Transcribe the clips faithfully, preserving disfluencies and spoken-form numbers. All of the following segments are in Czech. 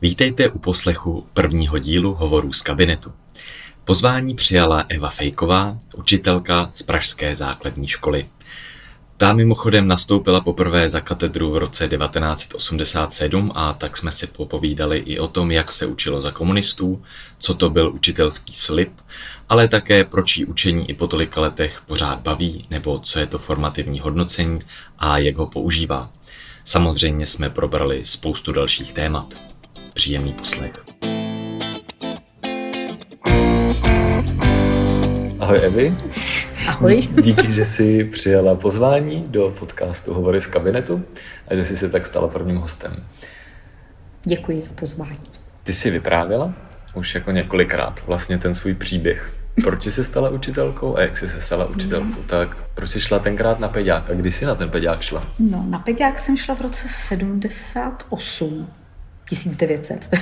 Vítejte u poslechu prvního dílu Hovorů z kabinetu. Pozvání přijala Eva Fejková, učitelka z pražské základní školy. Ta mimochodem nastoupila poprvé za katedru v roce devatenáct osmdesát sedm a tak jsme si popovídali i o tom, jak se učilo za komunistů, co to byl učitelský slib, ale také proč jí učení i po tolika letech pořád baví, nebo co je to formativní hodnocení a jak ho používá. Samozřejmě jsme probrali spoustu dalších témat. Příjemný poslech. Ahoj Evi. Ahoj. Díky, že jsi přijala pozvání do podcastu Hovory z kabinetu a že jsi se tak stala prvním hostem. Děkuji za pozvání. Ty jsi vyprávěla už jako několikrát vlastně ten svůj příběh. Proč jsi se stala učitelkou a jak jsi se stala učitelkou? Mm. Tak proč jsi šla tenkrát na peďák a kdy jsi na ten peďák šla? No, na peďák jsem šla v roce sedmdesát osm, tisíc devět set.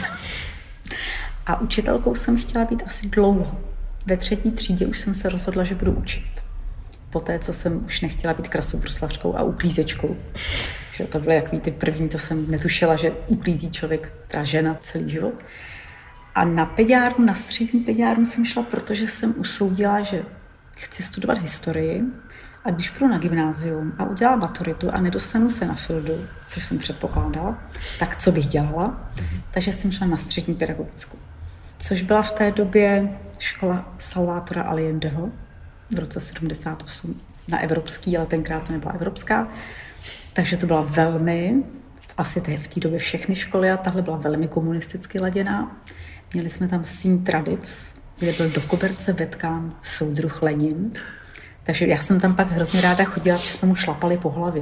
A učitelkou jsem chtěla být asi dlouho. Ve třetí třídě už jsem se rozhodla, že budu učit. Poté, co jsem už nechtěla být krasobruslařkou a uklízečkou. Že to byly jaký ty první, to jsem netušila, že uklízí člověk, ta žena celý život. A na pediárnu, na střední pediárnu jsem šla, protože jsem usoudila, že chci studovat historii a když půjdu na gymnázium a udělám maturitu a nedostanu se na fildu, což jsem předpokládala, tak co bych dělala? Takže jsem šla na střední pedagogickou. Což byla v té době škola Salvatora Allendeho v roce sedmdesát osm na evropský, ale tenkrát to nebyla evropská. Takže to byla velmi, asi v té době všechny školy a tahle byla velmi komunisticky laděná. Měli jsme tam síň tradic, kde byl do koberce vetkán soudruh Lenin. Takže já jsem tam pak hrozně ráda chodila, že jsme mu šlapali po hlavě.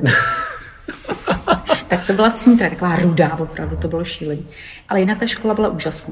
Tak to byla síň tradic, taková rudá opravdu, to bylo šílení. Ale jinak ta škola byla úžasná.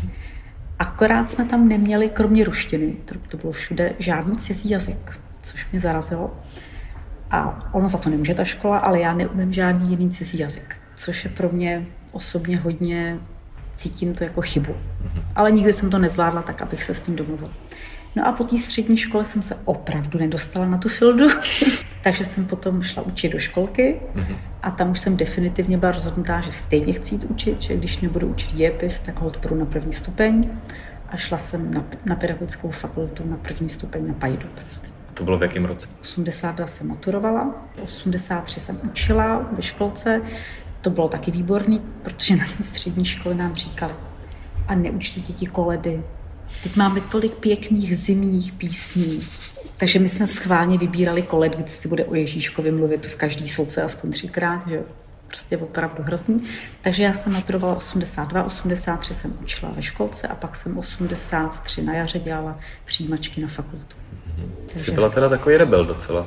Akorát jsme tam neměli, kromě ruštiny, to bylo všude, žádný cizí jazyk, což mě zarazilo. A ono za to nemůže ta škola, ale já neumím žádný jiný cizí jazyk, což je pro mě osobně hodně, cítím to jako chybu. Ale nikdy jsem to nezvládla tak, abych se s tím domluvila. No a po té střední škole jsem se opravdu nedostala na tu fildu, takže jsem potom šla učit do školky a tam už jsem definitivně byla rozhodnutá, že stejně chci jít učit, že když nebudu učit dějepis, tak holt půjdu na první stupeň a šla jsem na, na pedagogickou fakultu na první stupeň na Pajdu. Prostě. To bylo v jakém roce? osmdesát dva jsem maturovala, osmdesát tři jsem učila ve školce, to bylo taky výborný, protože na střední škole nám říkali a neučte děti koledy. Teď máme tolik pěkných zimních písní, takže my jsme schválně vybírali koled, kdy si bude o Ježíškovi mluvit v každý sloce aspoň třikrát, že prostě opravdu hrozný. Takže já jsem maturovala osmdesát dva, osmdesát tři jsem učila ve školce a pak jsem osmdesát tři na jaře dělala přijímačky na fakultu. Mm-hmm. Jsi byla teda takový rebel docela?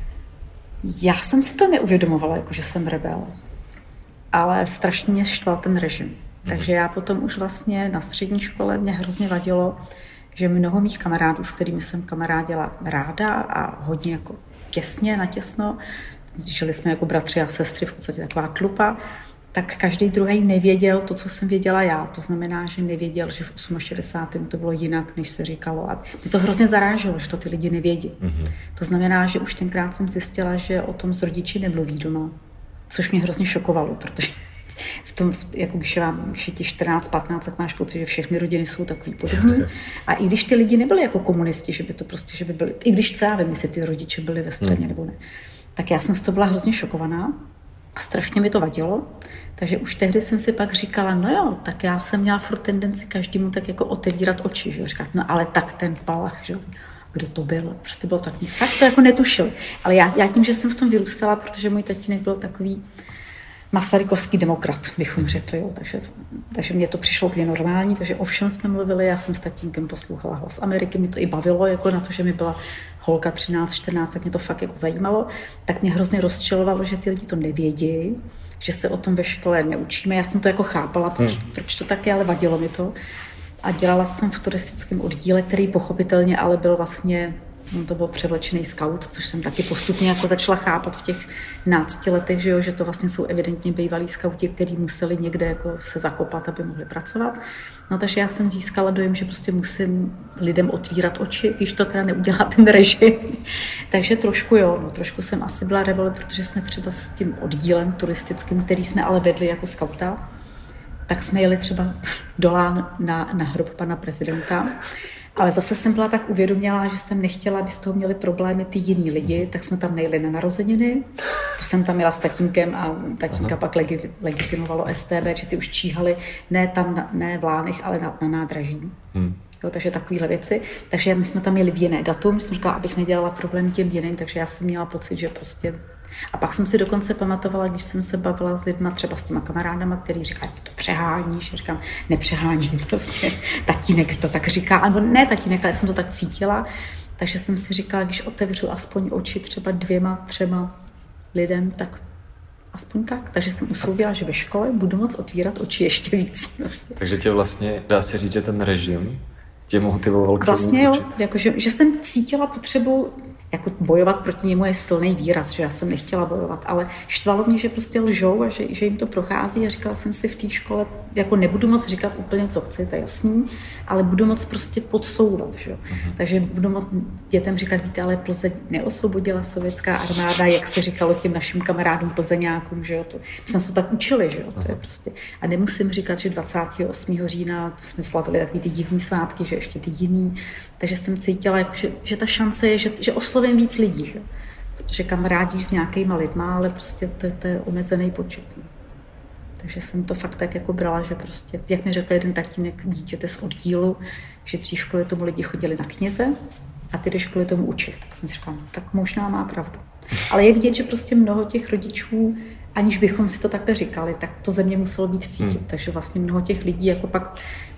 Já jsem si to neuvědomovala, jako že jsem rebel, ale strašně mě štval ten režim. Takže já potom už vlastně na střední škole mě hrozně vadilo, že mnoho mých kamarádů, s kterými jsem kamarádila ráda a hodně jako těsně, natěsno, žili jsme jako bratři a sestry, v podstatě taková tlupa, tak každý druhý nevěděl to, co jsem věděla já. To znamená, že nevěděl, že v šedesátém osmém to bylo jinak, než se říkalo. A mě to hrozně zaráželo, že to ty lidi nevědí. Mm-hmm. To znamená, že už tenkrát jsem zjistila, že o tom s rodiči nemluví doma, což mě hrozně šokovalo, protože v tom, jako když, vám, když je ti čtrnáct patnáct, tak máš pocit, že všechny rodiny jsou takový podobný. A i když ty lidi nebyli jako komunisti, že by to prostě, že by byli, i když co já vím, jestli ty rodiče byli ve straně nebo ne, tak já jsem z toho byla hrozně šokovaná a strašně mi to vadilo. Takže už tehdy jsem si pak říkala, no jo, tak já jsem měla furt tendenci každému tak jako otevírat oči, že říkat, no ale tak ten Palach, že kdo to byl, prostě bylo takový, fakt to jako netušil. Ale já, já tím, že jsem v tom vyrůstala, protože můj tatínek byl takový masarykovský demokrat, bychom řekli, jo. Takže, takže mě to přišlo úplně normální, takže o všem jsme mluvili, já jsem s tatínkem poslouchala Hlas Ameriky, mě to i bavilo, jako na to, že mi byla holka třináct čtrnáct, tak mě to fakt jako zajímalo, tak mě hrozně rozčilovalo, že ty lidi to nevědí, že se o tom ve škole neučíme, já jsem to jako chápala, proč, hmm. proč to tak je, ale vadilo mi to. A dělala jsem v turistickém oddíle, který pochopitelně ale byl vlastně, on to byl převlečený scout, což jsem taky postupně jako začala chápat v těch nácti letech, že, jo, že to vlastně jsou evidentně bývalí skauti, kteří museli někde jako se zakopat, aby mohli pracovat. No takže já jsem získala dojem, že prostě musím lidem otvírat oči, když to teda neudělá ten režim. Takže trošku jo, no, trošku jsem asi byla rebel, protože jsme třeba s tím oddílem turistickým, který jsme ale vedli jako skauta, tak jsme jeli třeba do Lán na, na hrob pana prezidenta. Ale zase jsem byla tak uvědomělá, že jsem nechtěla, aby z toho měli problémy ty jiní lidi, tak jsme tam nejeli na narozeniny. To jsem tam jela s tatínkem a tatínka Aha. pak legi, legitimovalo S T B, že ty už číhali ne tam, na, ne v Lánech, ale na, na nádraží. Hmm. Jo, takže takovéhle věci. Takže my jsme tam měli v jiné datum, jsem říkala, abych nedělala problém těm jiným, takže já jsem měla pocit, že prostě... A pak jsem si dokonce pamatovala, když jsem se bavila s lidma, třeba s těma kamarádama, který říkají, to přeháníš, říkám, nepřeháním, prostě tatínek to tak říká, alebo ne tatínek, ale jsem to tak cítila, takže jsem si říkala, když otevřu aspoň oči třeba dvěma, třema lidem, tak aspoň tak. Takže jsem usoudila, že ve škole budu moc otvírat oči ještě víc. Takže tě vlastně, dá se říct, že ten režim tě motivoval k tomu vlastně učit? Jo, jako, že, že jsem cítila potřebu jako bojovat proti němu je silný výraz, že já jsem nechtěla bojovat, ale štvalo mě, že prostě lžou a že, že jim to prochází a říkala jsem si v té škole, jako nebudu moc říkat úplně, co chci, to je jasný, ale budu moc prostě podsouvat, že jo. Uh-huh. Takže budu moc dětem říkat, víte, ale Plzeň neosvobodila sovětská armáda, jak se říkalo těm našim kamarádům plzeňákům, že jo, to, my jsme se to tak učili, že jo, to je prostě. A nemusím říkat, že dvacátého osmého října jsme slavili takový ty divný svátky, že ještě ty jiný, takže jsem cítila, jako, že, že ta šance je, že, že oslovím víc lidí, že? Protože kamarádíš s nějakýma lidma, ale prostě to, to je omezený počet. Takže jsem to fakt tak jako brala, že prostě, jak mi řekl jeden tatínek dítěte z oddílu, že dřív kvůli tomu lidi chodili na kněze a ty jdeš kvůli tomu učit. Tak jsem říkala, tak možná má pravdu. Ale je vidět, že prostě mnoho těch rodičů, aniž bychom si to takhle říkali, tak to ze mě muselo být cítit. Hmm. Takže vlastně mnoho těch lidí jako pak...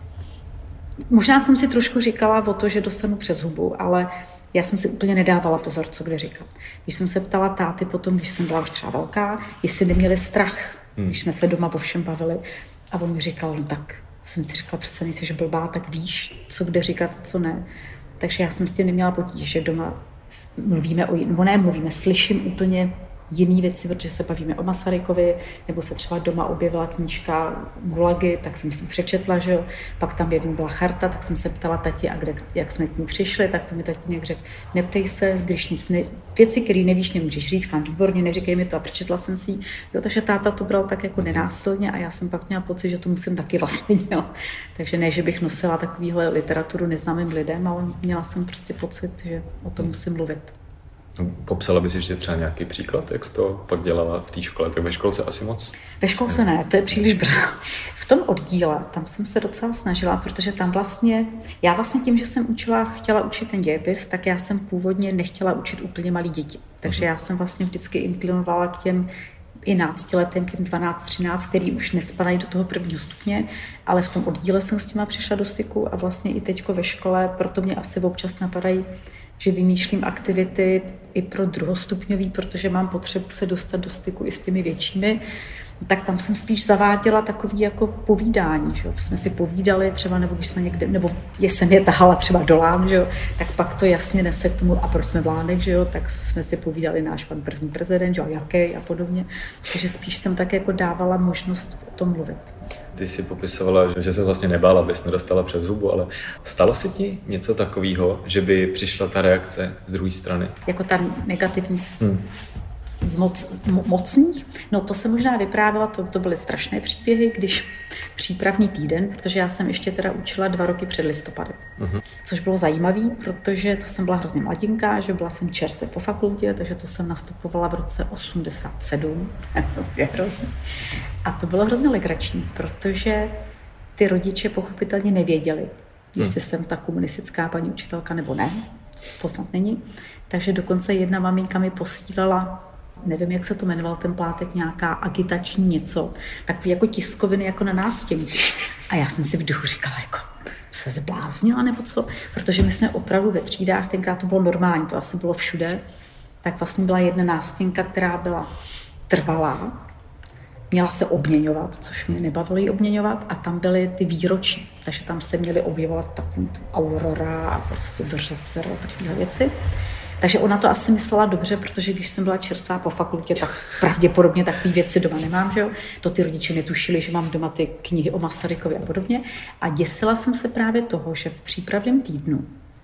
Možná jsem si trošku říkala o to, že dostanu přes hubu, ale já jsem si úplně nedávala pozor, co kde říkat. Když jsem se ptala táty potom, když jsem byla už třeba velká, jestli neměli strach, hmm. když jsme se doma o všem bavili. A on mi říkal, no tak jsem si říkala, přece nejsi, že blbá, tak víš, co kde říkat, co ne. Takže já jsem s tím neměla potíž, že doma mluvíme o jiném, ne mluvíme, slyším úplně jiný věci, protože se bavíme o Masarykovi, nebo se třeba doma objevila knížka Gulagy, tak jsem si ji přečetla, že jo. Pak tam jednou byla charta, tak jsem se ptala tati, a kde, jak jsme k ní přišli, tak to mi tatínek řekl, neptej se, když nic ne, věci, které nevíš, nemůžeš říct, říkám, výborně, neříkej mi to, a přečetla jsem si ji. Jo, takže táta to bral tak jako nenásilně a já jsem pak měla pocit, že to musím taky vlastně dělat. Takže ne, že bych nosila takovýhle literaturu neznámým lidem, ale měla jsem prostě pocit, že o tom musím mluvit. Popsala bys ještě třeba nějaký příklad, jak jsi to pak dělala v té škole? Tak ve školce asi moc? Ve školce ne, to je příliš brzo. V tom oddíle, tam jsem se docela snažila, protože tam vlastně, já vlastně tím, že jsem učila, chtěla učit ten dějepis, tak já jsem původně nechtěla učit úplně malý děti. Takže já jsem vlastně vždycky inklinovala k těm i náctiletým, těm dvanáct třináct, který už nespadají do toho prvního stupně, ale v tom oddíle jsem s těma přišla do styku a vlastně i teďko ve škole, proto mě asi občas napadají, že vymýšlím aktivity i pro druhostupňový, protože mám potřebu se dostat do styku i s těmi většími, tak tam jsem spíš zaváděla takový jako povídání, že jo. Jsme si povídali třeba, nebo když jsme někde, nebo jsem je tahala třeba do Lán, že jo, tak pak to jasně nese k tomu, a proč jsme v Lánech, že jo, tak jsme si povídali náš pan první prezident, že jo, jaký a podobně. Takže spíš jsem tak jako dávala možnost o tom mluvit. Ty jsi popisovala, že se vlastně nebála, abys nedostala přes hubu, ale stalo se ti něco takového, že by přišla ta reakce z druhé strany? Jako ta negativní hmm. z moc, mo, mocných? No to se možná vyprávěla, to, to byly strašné příběhy, když přípravný týden, protože já jsem ještě teda učila dva roky před listopadem. Uh-huh. Což bylo zajímavý, protože to jsem byla hrozně mladinká, že byla jsem čerstvě po fakultě, takže to jsem nastupovala v roce osmdesát sedm. Hrozně. A to bylo hrozně legrační, protože ty rodiče pochopitelně nevěděli, jestli hmm. jsem ta komunistická paní učitelka nebo ne. Poznat není. Takže dokonce jedna maminka mi posílala, nevím, jak se to jmenoval ten plátek, nějaká agitační něco, takový jako tiskoviny jako na nástěnku. A já jsem si v duchu říkala, jako se zbláznila nebo co? Protože my jsme opravdu ve třídách, tenkrát to bylo normální, to asi bylo všude, tak vlastně byla jedna nástěnka, která byla trvalá, měla se obměňovat, což mě nebavilo jí obměňovat, a tam byly ty výročí, takže tam se měly objevovat takový Aurora a prostě Vřeser a takové věci. Takže ona to asi myslela dobře, protože když jsem byla čerstvá po fakultě, tak pravděpodobně takové věci doma nemám, že jo? To ty rodiče netušili, že mám doma ty knihy o Masarykovi a podobně. A děsila jsem se právě toho, že v přípravném týdnu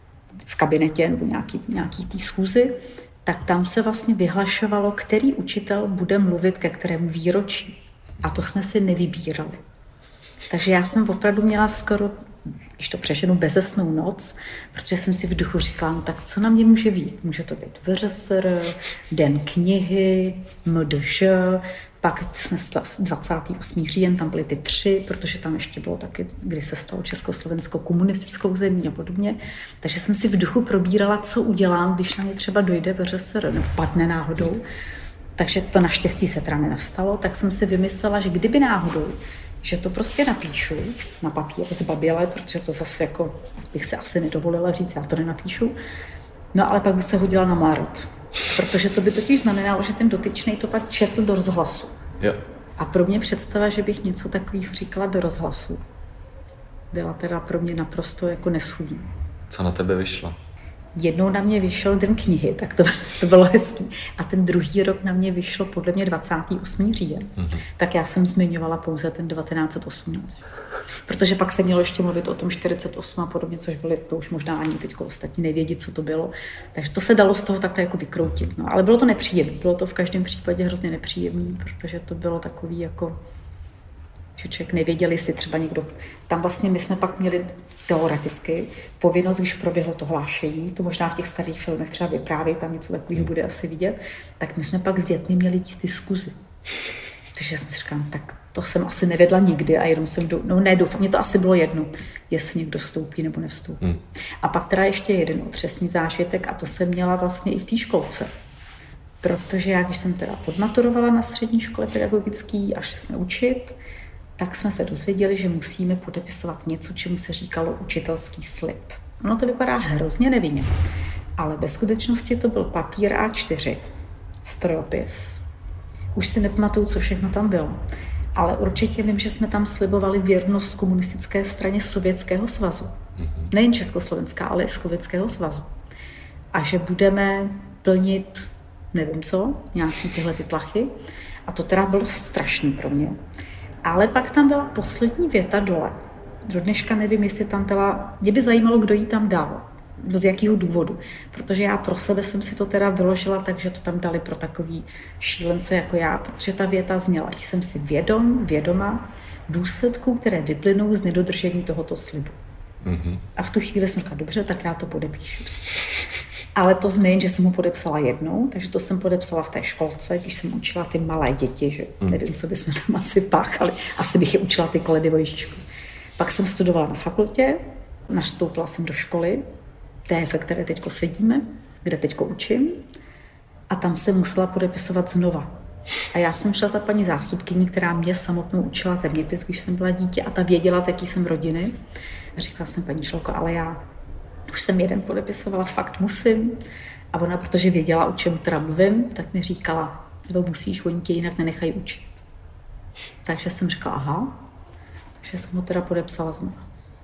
v kabinetě nebo nějaký, nějaký tý schůzi, tak tam se vlastně vyhlašovalo, který učitel bude mluvit ke kterému výročí. A to jsme si nevybírali. Takže já jsem opravdu měla skoro, když to přeženu, bezesnou noc, protože jsem si v duchu říkala, no tak co na mě může být? Může to být V R S R, Den knihy, M D Ž, pak jsme dvacátého osmého října, tam byly ty tři, protože tam ještě bylo taky, kdy se stalo Československo komunistickou zemí a podobně. Takže jsem si v duchu probírala, co udělám, když na mě třeba dojde V R S R, nebo padne náhodou. Takže to naštěstí se teda nenastalo, tak jsem si vymyslela, že kdyby náhodou, že to prostě napíšu na papír zbaběle, protože to zase jako bych se asi nedovolila říct, já to nenapíšu. No ale pak by se hodila na Márod, protože to by totiž znamenalo, že ten dotyčný to pak četl do rozhlasu. Jo. A pro mě představa, že bych něco takového říkala do rozhlasu, byla teda pro mě naprosto jako neschůdný. Co na tebe vyšlo? Jednou na mě vyšel Den knihy, tak to, to bylo hezký. A ten druhý rok na mě vyšlo podle mě dvacátého osmého října. Mm-hmm. Tak já jsem zmiňovala pouze ten devatenáct set osmnáct. Protože pak se mělo ještě mluvit o tom čtyřicet osm a podobně, což byly, to už možná ani teď ostatní nevědí, co to bylo. Takže to se dalo z toho takhle jako vykroutit. No, ale bylo to nepříjemné. Bylo to v každém případě hrozně nepříjemné, protože to bylo takový jako... že člověk nevěděl, jestli třeba někdo... Tam vlastně my jsme pak měli teoreticky povinnost, když proběhlo to hlášení, to možná v těch starých filmech třeba vyprávět, tam něco takového bude asi vidět, tak my jsme pak s dětmi měli víc diskuzi. Takže jsem si říkala, tak to jsem asi nevedla nikdy a jenom jsem... Do... No ne, doufám, mě to asi bylo jedno, jestli někdo vstoupí nebo nevstoupí. Hmm. A pak teda ještě jeden otřesný zážitek a to jsem měla vlastně i v té školce. Protože já, když jsem teda odmaturovala na střední škole pedagogický a šli jsme učit, tak jsme se dozvěděli, že musíme podepisovat něco, čemu se říkalo učitelský slib. Ono to vypadá hrozně nevinně, ale ve skutečnosti to byl papír A čtyři, strojopis. Už si nepamatuju, co všechno tam bylo, ale určitě vím, že jsme tam slibovali věrnost komunistické straně Sovětského svazu. Nejen Československá, ale i Sovětského svazu. A že budeme plnit, nevím co, nějaký tyhle ty tlachy. A to teda bylo strašný pro mě. Ale pak tam byla poslední věta dole. Do dneška nevím, jestli tam byla... Mě by zajímalo, kdo jí tam dal. Z jakého důvodu. Protože já pro sebe jsem si to teda vyložila tak, že to tam dali pro takový šílence jako já, protože ta věta zněla, jsem si vědom, vědoma důsledků, které vyplynou z nedodržení tohoto slibu. Mm-hmm. A v tu chvíli jsem říkala, dobře, tak já to podepíšu. Ale to nejen, že jsem ho podepsala jednou, takže to jsem podepsala v té školce, když jsem učila ty malé děti, že mm. nevím, co bychom tam asi páchali, asi bych je učila ty koledy o Ježíšku. Pak jsem studovala na fakultě, nastoupila jsem do školy, té, ve které teďko sedíme, kde teďko učím, a tam jsem musela podepisovat znova. A já jsem šla za paní zástupkyní, která mě samotnou učila zeměpis, když jsem byla dítě, a ta věděla, z jaký jsem rodiny. A říkala jsem, paní Šloko, ale já už jsem jeden podepisovala, fakt musím. A ona, protože věděla, o čem teda mluvím, tak mi říkala, nebo musíš, oni tě jinak nenechají učit. Takže jsem říkala, aha, takže jsem ho teda podepsala znovu.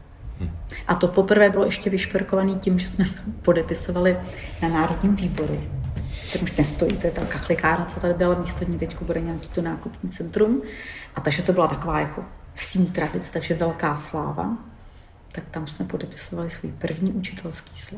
A to poprvé bylo ještě vyšperkovaný tím, že jsme podepisovali na Národním výboru. Ten už nestojí, to je ta kachlikárna, co tady byla, místo ní teď bude nějaký to nákupní centrum. A takže to byla taková jako síň tradic, takže velká sláva. Tak tam jsme podepisovali svůj první učitelský slib.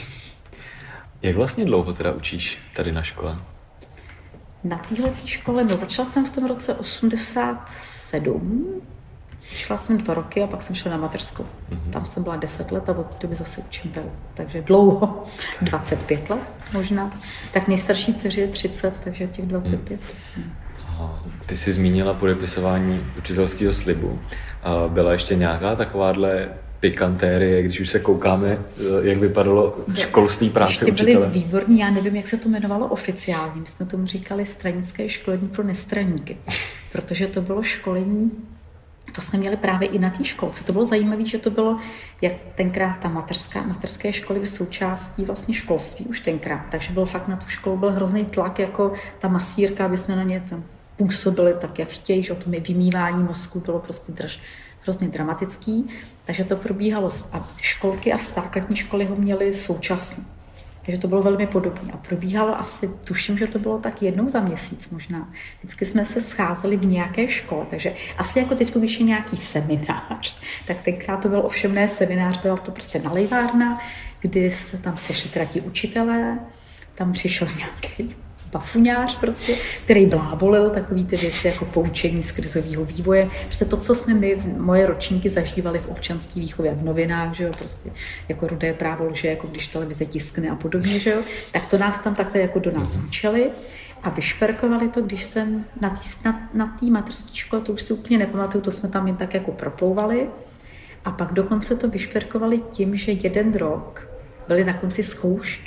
Jak vlastně dlouho teda učíš tady na škole? Na téhletý škole, no začala jsem v tom roce osmdesát sedm. Učila jsem dva roky a pak jsem šla na mateřskou. Mm-hmm. Tam jsem byla deset let a od té doby zase učím tady. Takže dlouho, dvacet pět let možná. Tak nejstarší dceři je třicet, takže těch dvacet pět. Mm. Ty jsi zmínila podepisování učitelského slibu. Byla ještě nějaká takováhle pikantérie, když už se koukáme, jak vypadalo školství práce ještě učitele? Byly výborní, já nevím, jak se to jmenovalo oficiálně. My jsme tomu říkali stranické školení pro nestraníky, protože to bylo školení. To jsme měli právě i na té školce. To bylo zajímavé, že to bylo, jak tenkrát ta mateřská, mateřské školy byly součástí vlastně školství už tenkrát. Takže byl fakt na tu školu byl hrozný tlak, jako ta masírka, aby jsme na ně tam působili tak, jak chtějí, že o tom vymývání mozku bylo prostě drž, hrozně dramatický. Takže to probíhalo a školky a základní školy ho měly současně. Takže to bylo velmi podobné. A probíhalo asi, tuším, že to bylo tak jednou za měsíc možná. Vždycky jsme se scházeli v nějaké škole, takže asi jako teď, když je nějaký seminář, tak tenkrát to byl ovšem ne seminář, byla to prostě nalejvárna, kdy se tam sešli teda ti učitelé, tam přišel nějaký bafuňář prostě, který blábolil takový ty věci jako poučení z krizového vývoje. Prostě to, co jsme my, moje ročníky zažívali v občanské výchově, v novinách, že jo, prostě jako Rudé právo lže, jako když televize tiskne a podobně, že jo, tak to nás tam takhle jako do nás učili. A vyšperkovali to, když jsem na té na, na mateřské škole, to už si úplně nepamatuju, to jsme tam jen tak jako proplouvali. A pak dokonce to vyšperkovali tím, že jeden rok byly na konci zkoušky.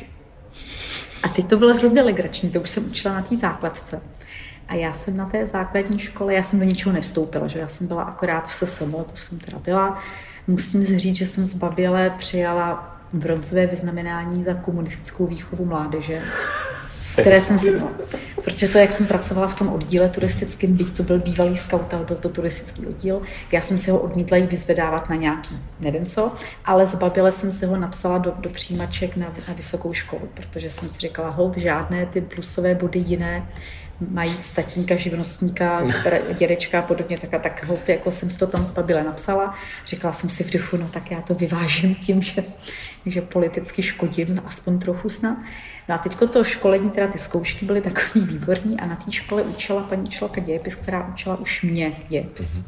A teď to bylo hrozně legrační, to už jsem učila na té základce. A já jsem na té základní škole, já jsem do ničeho nevstoupila, že já jsem byla akorát v S S M, to jsem teda byla. Musím říct, že jsem zbaběle přijala bronzové vyznamenání za komunistickou výchovu mládeže. Které jsem si, no, protože to, jak jsem pracovala v tom oddíle turistickém, byť to byl bývalý skaut, ale byl to turistický oddíl, já jsem si ho odmítla jí vyzvedávat na nějaký, nevím co, ale zbaběle jsem si ho napsala do, do přijímaček na, na vysokou školu, protože jsem si říkala, hold, žádné ty plusové body jiné, mají tatínka, živnostníka, dědečka a podobně, tak, a tak hold, jako jsem si to tam zbaběle napsala. Říkala jsem si v duchu, no tak já to vyvážím tím, že, že politicky škodím, aspoň trochu snad. No a teďko to školení, teda ty zkoušky byly takový výborný a na té škole učila paní učitelka dějepis, která učila už mě dějepis.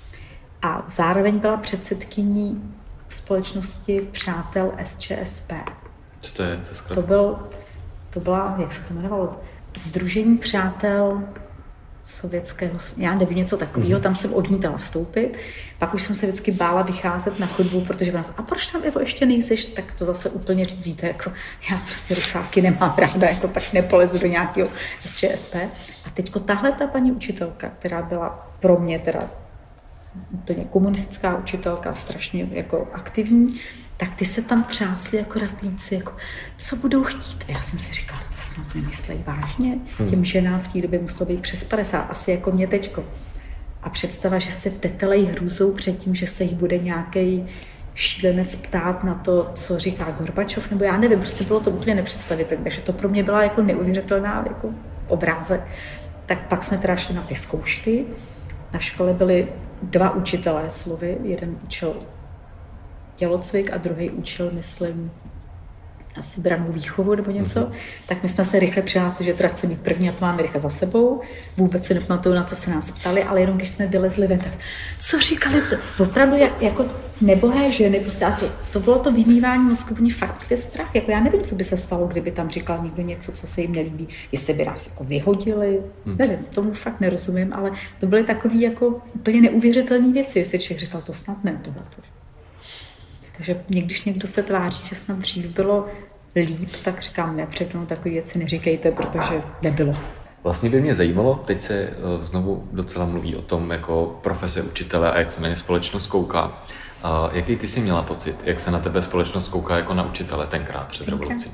A zároveň byla předsedkyní společnosti Přátel S Č S P. Co to je? To, byl, to byla, jak se to jmenovalo? Sdružení přátel sovětského, já nevím, něco takového, tam jsem odmítala vstoupit, pak už jsem se vždycky bála vycházet na chodbu, protože vám, a proč tam Evo ještě nejseš, tak to zase úplně říct, jako já prostě rusáky nemám ráda, jako tak nepolezu do nějakého S Č S P. A teďko tahle ta paní učitelka, která byla pro mě teda úplně komunistická učitelka, strašně jako aktivní, tak ty se tam třásly jako raplíci, jako co budou chtít. A já jsem si říkala, to snad nemyslej vážně. Hmm. Těm ženám v té době muselo být přes padesát, asi jako mě teďko. A představa, že se tetelej hrůzou před tím, že se jich bude nějaký šílenec ptát na to, co říká Gorbačov, nebo já nevím, prostě bylo to úplně nepředstavitelné. Takže to pro mě byla jako neuvěřitelná jako obrázek. Tak pak jsme teda šli na ty zkoušky. Na škole byli dva učitelé slovy, jeden učil tělocvik a druhý učil, myslím, asi brannou výchovu nebo něco, mm-hmm. tak my jsme se rychle přihlásili, že teda chce mít první a to máme rychle za sebou. Vůbec se nepamatuju, na co se nás ptali, ale jenom když jsme vylezli ven, tak co říkali, co? Opravdu jak, jako nebohé ženy, prostě a to, to bylo to vymývání mozku, oni fakt měli strach, jako já nevím, co by se stalo, kdyby tam říkal někdo něco, co se jim nelíbí, jestli by nás jako vyhodili, mm. nevím, tomu fakt nerozumím, ale to byly takové jako úplně neuvěřitelné věci, že si člověk říkal, to snad ne, tohle. Takže mě, když někdo se tváří, že snad dřív bylo líp, tak říkám, ne, přednou takové věci neříkejte, protože nebylo. Vlastně by mě zajímalo, teď se znovu docela mluví o tom jako profese učitele a jak se na ně společnost kouká. A jaký ty jsi měla pocit, jak se na tebe společnost kouká jako na učitele tenkrát před revolucí?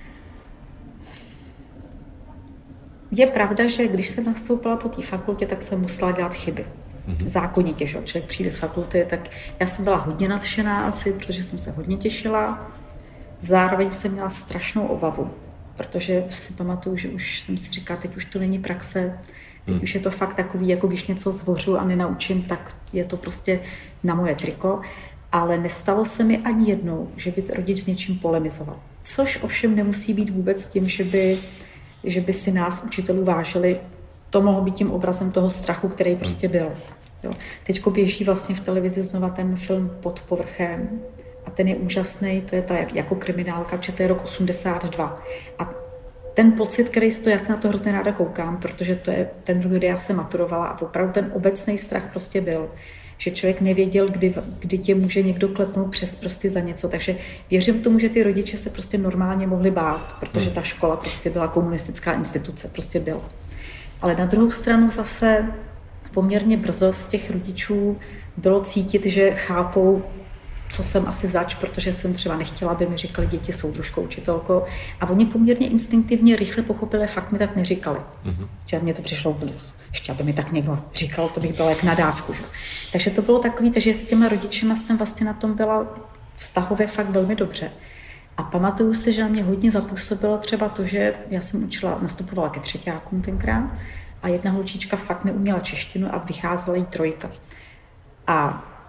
Je pravda, že když jsem nastoupila po té fakultě, tak jsem musela dělat chyby. Mm-hmm. Zákonitě, že člověk přijde z fakulty, tak já jsem byla hodně nadšená asi, protože jsem se hodně těšila. Zároveň jsem měla strašnou obavu, protože si pamatuju, že už jsem si říkala, teď už to není praxe, teď mm. už je to fakt takový, jako když něco zvořu a nenaučím, tak je to prostě na moje triko. Ale nestalo se mi ani jednou, že by rodič s něčím polemizoval. Což ovšem nemusí být vůbec tím, že by, že by si nás učitelů vážili. To mohlo být tím obrazem toho strachu, který prostě byl. Jo. Teďko běží vlastně v televizi znova ten film Pod povrchem a ten je úžasný, to je ta jako kriminálka, protože to je rok osmdesát dva. A ten pocit, který z toho, já se na to hrozně ráda koukám, protože to je ten rok, kdy já se maturovala a opravdu ten obecný strach prostě byl, že člověk nevěděl, kdy, kdy tě může někdo klepnout přes prsty za něco. Takže věřím tomu, že ty rodiče se prostě normálně mohli bát, protože ta škola prostě byla komunistická instituce, prostě byla. Ale na druhou stranu zase poměrně brzo z těch rodičů bylo cítit, že chápou, co jsem asi zač, protože jsem třeba nechtěla, aby mi říkali, děti jsou družkou učitelkou. A oni poměrně instinktivně rychle pochopili, fakt mi tak neříkali. Mm-hmm. Že mně to přišlo, ještě aby mi tak někdo říkal, to bych byla jak na dávku. Že? Takže to bylo takový, takže s těma rodičima jsem vlastně na tom byla vztahově fakt velmi dobře. A pamatuju si, že na mě hodně zapůsobilo třeba to, že já jsem učila, nastupovala ke třeťákům tenkrát a jedna holčička fakt neuměla češtinu a vycházela jí trojka. A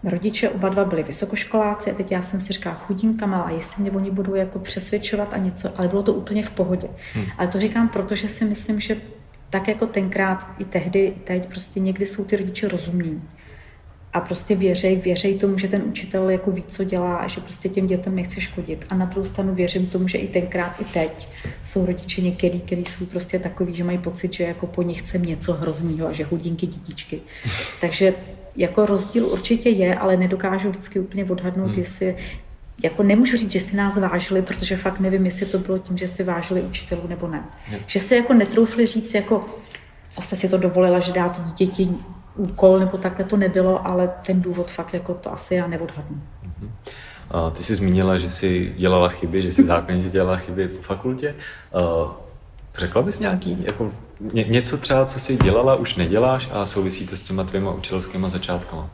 rodiče oba dva byli vysokoškoláci a teď já jsem si říkala, chudinka malá, jestli mě oni budou jako přesvědčovat a něco, ale bylo to úplně v pohodě. Hmm. Ale to říkám, protože si myslím, že tak jako tenkrát i tehdy, i teď prostě někdy jsou ty rodiče rozumní. A prostě věřej, věřej tomu, že ten učitel jako ví, co dělá a že prostě těm dětem nechce škodit. A na druhou stranu věřím tomu, že i tenkrát, i teď jsou rodiče některý, který jsou prostě takový, že mají pocit, že jako po nich chcem něco hroznýho a že chudinky dětičky. Takže jako rozdíl určitě je, ale nedokážu vždycky úplně odhadnout, hmm. jestli jako nemůžu říct, že si nás vážili, protože fakt nevím, jestli to bylo tím, že si vážili učitelů nebo ne. Hmm. Že si jako netroufli říct, jako, co jste si to dovolila, že dáte děti úkol, nebo takhle to nebylo, ale ten důvod fakt jako to asi já neodhadnu. Hmm. A ty jsi zmínila, že jsi dělala chyby, že jsi základně dělala chyby v fakultě. Řekla bys nějaký, jako ně, něco třeba, co jsi dělala, už neděláš a souvisí to s těma tvýma učitelskýma začátkama?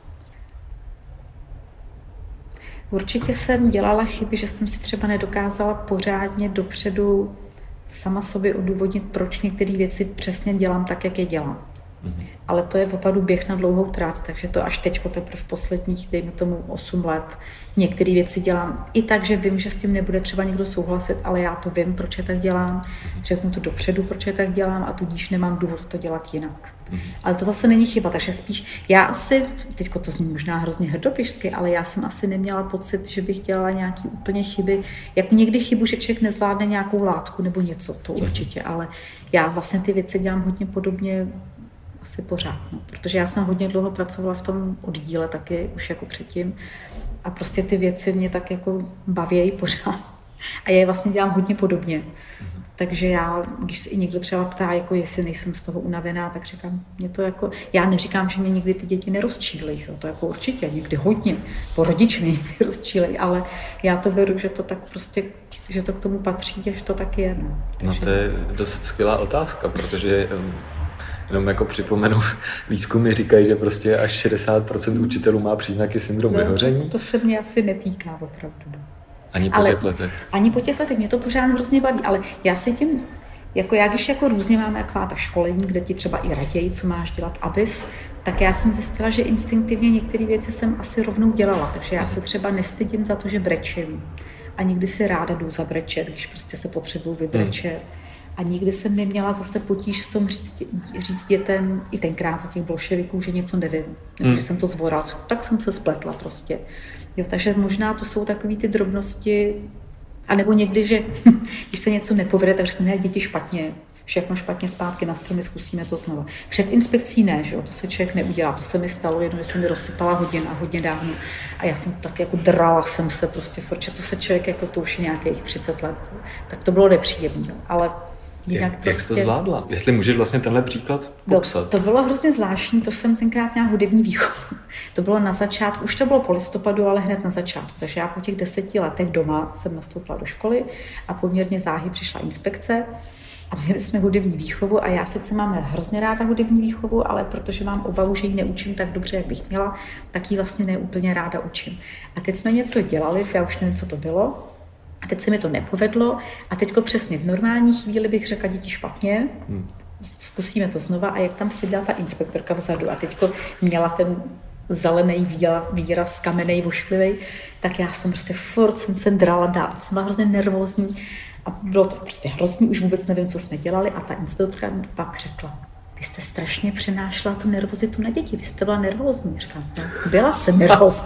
Určitě jsem dělala chyby, že jsem si třeba nedokázala pořádně dopředu sama sobě odůvodnit, proč některé věci přesně dělám tak, jak je dělám. Mm-hmm. Ale to je opravdu běh na dlouhou trať, takže to až teď teprve v posledních, dejme tomu osm let, některé věci dělám i tak, že vím, že s tím nebude třeba někdo souhlasit, ale já to vím, proč je tak dělám, mm-hmm. řeknu to dopředu, proč je tak dělám a tudíž nemám důvod to dělat jinak. Mm-hmm. Ale to zase není chyba, takže spíš já asi, teďko to zní možná hrozně hrdopišsky, ale já jsem asi neměla pocit, že bych dělala nějaký úplně chyby, jak někdy chybu, že člověk nezvládne nějakou látku nebo něco, to určitě, ale já vlastně ty věci dělám hodně podobně asi pořád, no. Protože já jsem hodně dlouho pracovala v tom oddíle taky, už jako předtím a prostě ty věci mě tak jako bavějí pořád a já je vlastně dělám hodně podobně. Mm-hmm. Takže já, když se i někdo třeba ptá, jako jestli nejsem z toho unavená, tak říkám, mě to jako, já neříkám, že mě nikdy ty děti nerozčílejí, že? To jako určitě, někdy hodně, po rodiče mě někdy rozčílejí, ale já to beru, že to tak prostě, že to k tomu patří, že to tak je. No, takže... no to je dost skvělá otázka, protože jenom jako připomenu, výzkumy říkají, že prostě až šedesát procent učitelů má příznaky syndromu no, vyhoření. To se mě asi netýká opravdu. Ani po ale, těch letech. Ani po těch letech, mě to pořád hrozně baví, ale já si tím, jako já když jako různě máme taková ta školení, kde ti třeba i raději, co máš dělat abys, tak já jsem zjistila, že instinktivně některé věci jsem asi rovnou dělala, takže já se třeba nestydím za to, že brečím a nikdy si ráda jdu zabrečet, když prostě se potřebuju vybrečet. Hmm. A nikdy jsem neměla zase potíž s tom říct, říct dětem, i tenkrát za těch bolševiků, že něco nevím, nebo hmm. že jsem to zvorala, tak jsem se spletla prostě. Jo, takže možná to jsou takové ty drobnosti, anebo někdy, že když se něco nepovede, tak řeknu, ne, děti špatně, všechno špatně zpátky na stromy, zkusíme to znovu. Před inspekcí ne, že jo, to se člověk neudělá, to se mi stalo jednou, že jsem mi rozsypala hodin a hodně dávno a já jsem tak jako drala jsem se prostě, protože to se člověk jako to už je nějakých třicet let, tak to bylo nepříjemné, ale jinak jak, prostě... Jak jsi to zvládla? Jestli můžeš vlastně tenhle příklad popsat. To, to bylo hrozně zvláštní, to jsem tenkrát měla hudební výchovu. To bylo na začátku, už to bylo po listopadu, ale hned na začátku. Takže já po těch deseti letech doma jsem nastoupila do školy a poměrně záhy přišla inspekce a měli jsme hudební výchovu a já sice mám hrozně ráda hudební výchovu, ale protože mám obavu, že ji neučím tak dobře, jak bych měla, tak ji vlastně neúplně ráda učím. A teď jsme něco dělali, já už nevím, co to bylo, a teď se mi to nepovedlo a teďko přesně v normální chvíli bych řekla děti špatně, hmm. zkusíme to znova a jak tam seděla ta inspektorka vzadu a teďko měla ten zelený výraz, kamenej, vošklivej, tak já jsem prostě furt jsem se drala dál, jsem byla hrozně nervózní a bylo to prostě hrozný, už vůbec nevím, co jsme dělali a ta inspektorka mi pak řekla, vy jste strašně přenášela tu nervozitu na děti, vy jste byla nervózní. Říkám, byla jsem nervózní.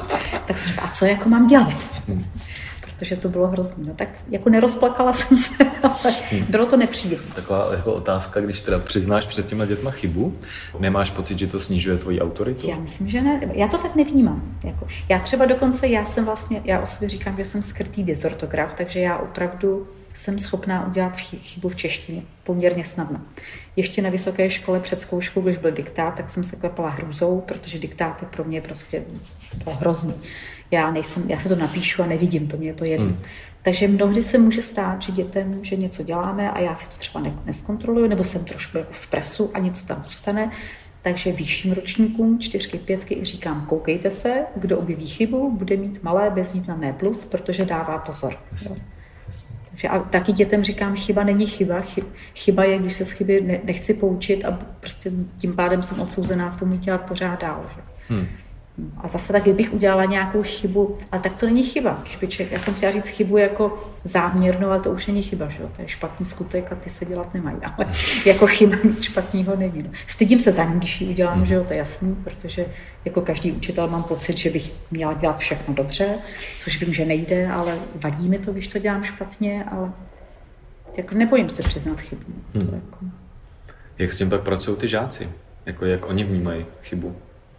Tak jsem řekla, a co jako mám dělat? Protože to bylo hrozný. No, tak jako nerozplakala jsem se, ale bylo to nepříjemné. Taková jako otázka, když teda přiznáš před těma dětma chybu, nemáš pocit, že to snižuje tvoji autoritu? Já myslím, že ne. Já to tak nevnímám. Jako, já třeba dokonce, já jsem vlastně, já o sobě říkám, že jsem skrytý dysortograf, takže já opravdu jsem schopná udělat chybu v češtině. Poměrně snadno. Ještě na vysoké škole před zkouškou, když byl diktát, tak jsem se klepala hrůzou, protože diktát je pro mě prostě bylo hrozný. Já, nejsem, já se to napíšu a nevidím, to mě je to jedno. Hmm. Takže mnohdy se může stát, že dětem, že něco děláme a já si to třeba neskontroluju, nebo jsem trošku jako v presu a něco tam zůstane. Takže vyšším ročníkům, čtyřky, pětky, i říkám, koukejte se, kdo objeví chybu, bude mít malé bezvýznamné plus, protože dává pozor. Jasně, jasně. Takže a taky dětem říkám, chyba není chyba. Chyba je, když se z chyby ne, nechci poučit a prostě tím pádem jsem odsouzená k tomu dělat pořád dál. Že? Hmm. A zase tak, kdybych udělala nějakou chybu, ale tak to není chyba. Špiček. Já jsem chtěla říct chybu jako záměrnou, ale to už není chyba, že? To je špatný skutek a ty se dělat nemají. Ale jako chyba nic špatného není. No. Stydím se za ní, když ji udělám, že jo, to je jasný, protože jako každý učitel mám pocit, že bych měla dělat všechno dobře, což vím, že nejde, ale vadí mi to, když to dělám špatně, ale jako nebojím se přiznat chybu. Hmm. To jako... Jak s tím pak pracují ty žáci? Jako jak oni vnímají chybu?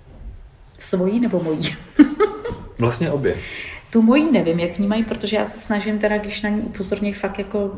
Svojí nebo mojí? Vlastně obě. Tu mojí nevím, jak vnímají, protože já se snažím teda, když na ní upozorňuji, fakt jako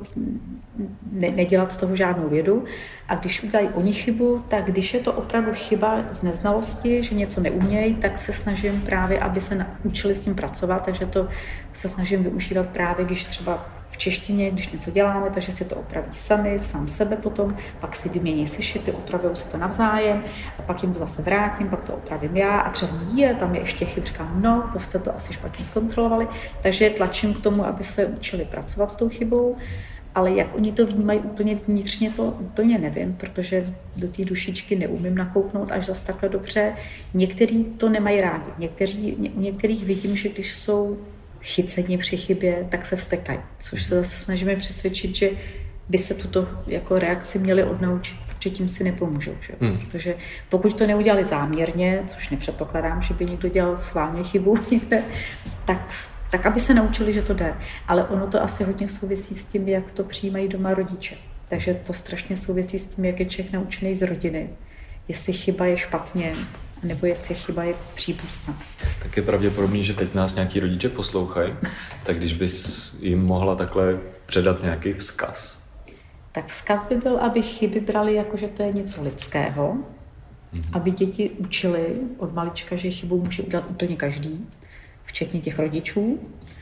ne, nedělat z toho žádnou vědu. A když udělají oni chybu, tak když je to opravdu chyba z neznalosti, že něco neumějí, tak se snažím právě, aby se naučili s tím pracovat. Takže to se snažím využívat právě, když třeba v češtině, když něco děláme, takže si to opraví sami, sám sebe potom, pak si vymění sešity, opravují se to navzájem a pak jim to zase vrátím, pak to opravím já a třeba je, tam je ještě chyb, říkám, no, to jste to asi špatně zkontrolovali, takže tlačím k tomu, aby se učili pracovat s tou chybou, ale jak oni to vnímají úplně vnitřně, to úplně nevím, protože do té dušičky neumím nakouknout až zase takhle dobře. Někteří to nemají rádi, někteří, u některých vidím, že když jsou chycení při chybě, tak se vztekají. Což se zase snažíme přesvědčit, že by se tuto jako reakci měli odnaučit, protože tím si nepomůžou. Že? Hmm. Protože pokud to neudělali záměrně, což nepředpokládám, že by někdo dělal sválně chybu někde, tak, tak aby se naučili, že to jde. Ale ono to asi hodně souvisí s tím, jak to přijímají doma rodiče. Takže to strašně souvisí s tím, jak je člověk naučený z rodiny. Jestli chyba je špatně, nebo jestli chyba je přípustná. Tak je pravděpodobný, že teď nás nějaký rodiče poslouchají, tak když bys jim mohla takhle předat nějaký vzkaz. Tak vzkaz by byl, aby chyby brali jako, že to je něco lidského, mm-hmm. aby děti učili od malička, že chybu může udělat úplně každý, včetně těch rodičů,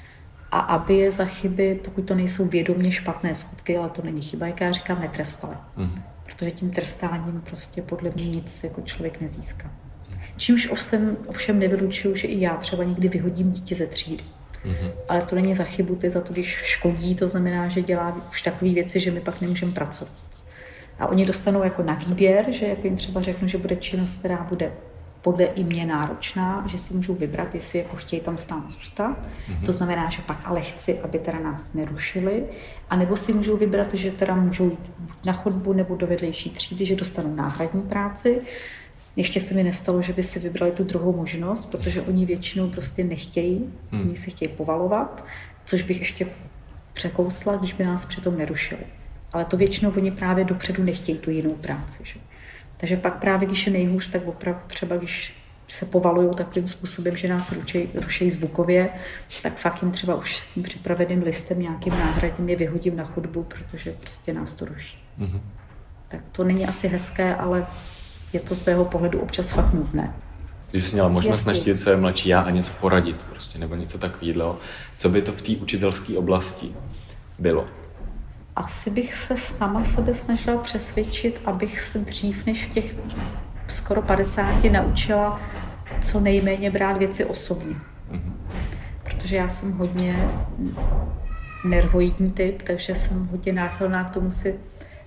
a aby je za chyby, pokud to nejsou vědomě špatné skutky, ale to není chyba, jak já říkám, netrestali. Mm-hmm. Protože tím trestáním prostě podle mě nic jako člověk nezíská. Čímž ovšem, ovšem nevylučuju, že i já třeba někdy vyhodím dítě ze třídy. Mm-hmm. Ale to není za chybu, to je za to, když škodí, to znamená, že dělá už takové věci, že my pak nemůžeme pracovat. A oni dostanou jako na výběr, že jako jim třeba řeknu, že bude činnost, která bude podle i mě náročná, že si můžou vybrat, jestli jako chtějí tam stát zůstat. Mm-hmm. To znamená, že pak ale chci, aby teda nás nerušili. A nebo si můžou vybrat, že teda můžou jít na chodbu nebo do vedlejší třídy, že dostanou náhradní práci. Ještě se mi nestalo, že by si vybrali tu druhou možnost, protože oni většinou prostě nechtějí, hmm. oni se chtějí povalovat, což bych ještě překousla, když by nás přitom nerušili. Ale to většinou oni právě dopředu nechtějí tu jinou práci. Že? Takže pak právě, když je nejhůř, tak opravdu třeba, když se povalují takovým způsobem, že nás ručej, rušejí zvukově, tak fakt jim třeba už s tím připraveným listem nějakým náhradním je vyhodím na chodbu, protože prostě nás to ruší. Hmm. Tak to není asi hezké, ale je to z mého pohledu občas fakt nutné. Když jsi měla možnost naštít své mladší já a něco poradit prostě, nebo něco takového, co by to v té učitelské oblasti bylo? Asi bych se sama sebe snažila přesvědčit, abych se dřív než v těch skoro padesáti naučila co nejméně brát věci osobně. Mm-hmm. Protože já jsem hodně nervoidní typ, takže jsem hodně náchylná k tomu si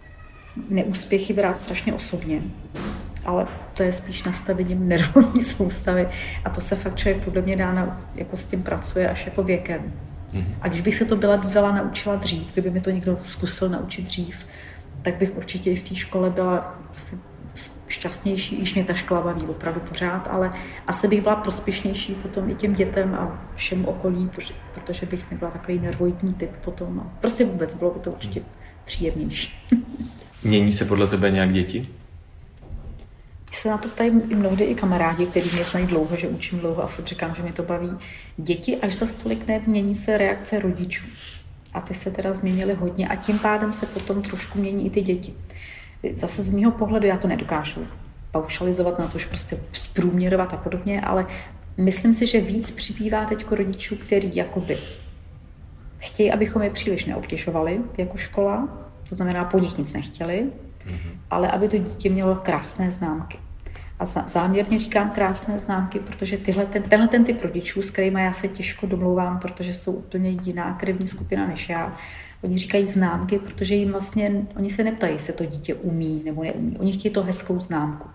neúspěchy brát strašně osobně. Ale to je spíš nastavením nervové soustavy a to se fakt člověk podle mě dá, na, jako s tím pracuje až jako věkem. Mm-hmm. A když bych se to byla bývala naučila dřív, kdyby mi to někdo zkusil naučit dřív, tak bych určitě i v té škole byla asi šťastnější, když mě ta škola baví opravdu pořád, ale asi bych byla prospěšnější potom i těm dětem a všem okolí, protože bych nebyla takový nervoidní typ potom. A prostě vůbec bylo by to určitě příjemnější. Mění se podle tebe nějak děti? Se na to ptají mnohdy i kamarádi, kteří mě znají dlouho, že učím dlouho a furt říkám, že mě to baví. Děti až za stolik ne, mění se reakce rodičů. A ty se teda změnily hodně a tím pádem se potom trošku mění i ty děti. Zase z mýho pohledu já to nedokážu paušalizovat, na to už prostě zprůměrovat a podobně, ale myslím si, že víc přibývá teďko rodičů, kteří jakoby chtějí, abychom je příliš neobtěžovali jako škola, to znamená, po nich nic nechtěli, mm-hmm. ale aby to dítě mělo krásné známky. A záměrně říkám krásné známky, protože tyhle, ten, tenhle ten typ rodičů, s kterými já se těžko domlouvám, protože jsou úplně jiná krevní skupina než já, oni říkají známky, protože jim vlastně, oni se neptají, jestli to dítě umí nebo neumí. Oni chtějí to hezkou známku.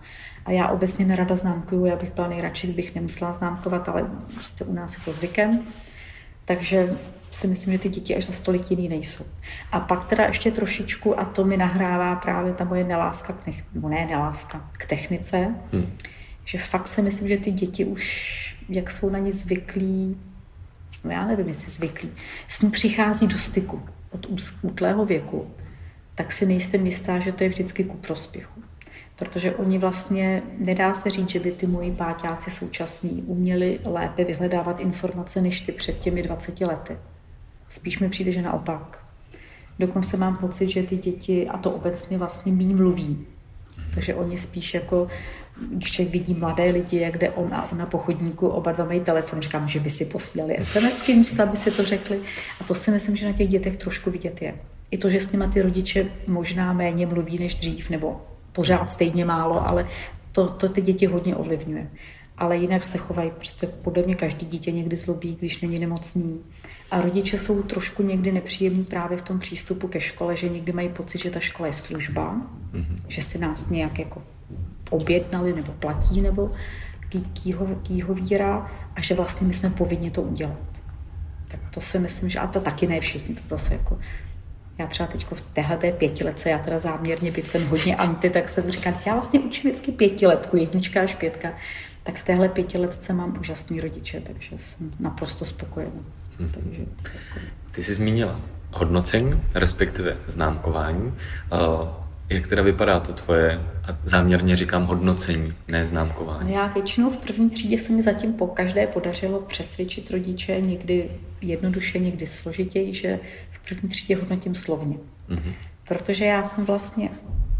A já obecně nerada známkuju, já bych byla nejradši, kdybych nemusela známkovat, ale prostě u nás je to zvykem. Takže si myslím, že ty děti až za stolik jiný nejsou. A pak teda ještě trošičku, a to mi nahrává právě ta moje neláska, k nech, nebo ne neláska, k technice, hmm. že fakt si myslím, že ty děti už, jak jsou na ně zvyklí, no já nevím, jestli zvyklí, s ní přichází do styku od útlého věku, tak si nejsem jistá, že to je vždycky ku prospěchu. Protože oni vlastně, nedá se říct, že by ty moji páťáci současní uměli lépe vyhledávat informace než ty před těmi dvaceti lety. Spíš mi přijde, že naopak. Dokonce mám pocit, že ty děti, a to obecně vlastně míň mluví. Takže oni spíš jako, když člověk vidí mladé lidi, jak jde on a ona po chodníku, oba dva mají telefon, říkám, že by si posílali SMSky místo, aby si to řekli. A to si myslím, že na těch dětech trošku vidět je. I to, že s nima ty rodiče možná méně mluví než dřív, nebo pořád stejně málo, ale to, to ty děti hodně ovlivňuje. Ale jinak se chovají, prostě podle mě každý dítě někdy zlobí, když není nemocný. A rodiče jsou trošku někdy nepříjemní právě v tom přístupu ke škole, že někdy mají pocit, že ta škola je služba, mm-hmm. že si nás nějak jako objednali nebo platí nebo kýho víra a že vlastně my jsme povinni to udělat. Tak to si myslím, že a to taky ne všichni, to zase jako já třeba teď v téhleté pětiletce, já teda záměrně, byť jsem hodně anti, tak jsem říkám, já vlastně učím vždycky pětiletku, jednička až pětka, tak v téhle pětiletce mám úžasný rodiče, takže jsem naprosto spokojená. Hmm. Takže, jako... Ty jsi zmínila hodnocení, respektive známkování. Jak teda vypadá to tvoje, a záměrně říkám hodnocení, ne známkování? Já většinou v první třídě se mi zatím po každé podařilo přesvědčit rodiče, někdy jednoduše, někdy složitěji, že v první třídě hodnotím slovně. Mm-hmm. Protože já jsem vlastně,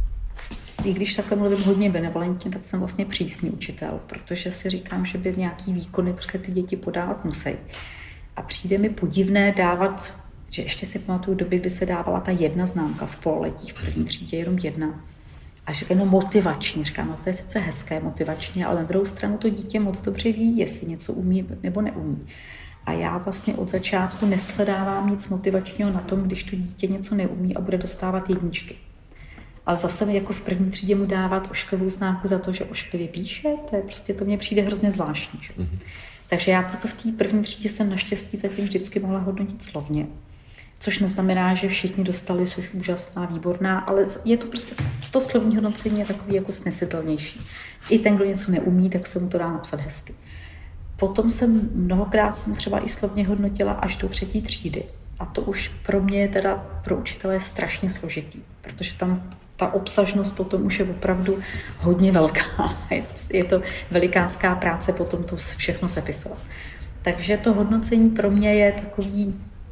i když takhle mluvím hodně benevolentně, tak jsem vlastně přísný učitel, protože si říkám, že by nějaký výkony prostě ty děti podávat musí. A přijde mi podivné dávat, že ještě si pamatuju doby, kdy se dávala ta jedna známka v pololetí, v první třídě jenom jedna. A že jenom motivační, říkám, no to je sice hezké motivačně, ale na druhou stranu to dítě moc dobře ví, jestli něco umí nebo neumí. A já vlastně od začátku neshledávám nic motivačního na tom, když to dítě něco neumí a bude dostávat jedničky. Ale zase jako v první třídě mu dávat ošklivou známku za to, že ošklivě píše, to je prostě, to mně přijde hrozně zvláštní. Že? Mm-hmm. Takže já proto v té první třídě jsem naštěstí zatím vždycky mohla hodnotit slovně. Což neznamená, že všichni dostali, což úžasná, výborná, ale je to prostě, to slovní hodnocení je takový jako snesitelnější. I ten, kdo něco neumí, tak se mu to dá napsat hezky. Potom jsem mnohokrát jsem třeba i slovně hodnotila až do třetí třídy. A to už pro mě je teda pro učitele strašně složitý, protože tam ta obsažnost potom už je opravdu hodně velká. Je to velikánská práce potom to všechno sepisovat. Takže to hodnocení pro mě je takový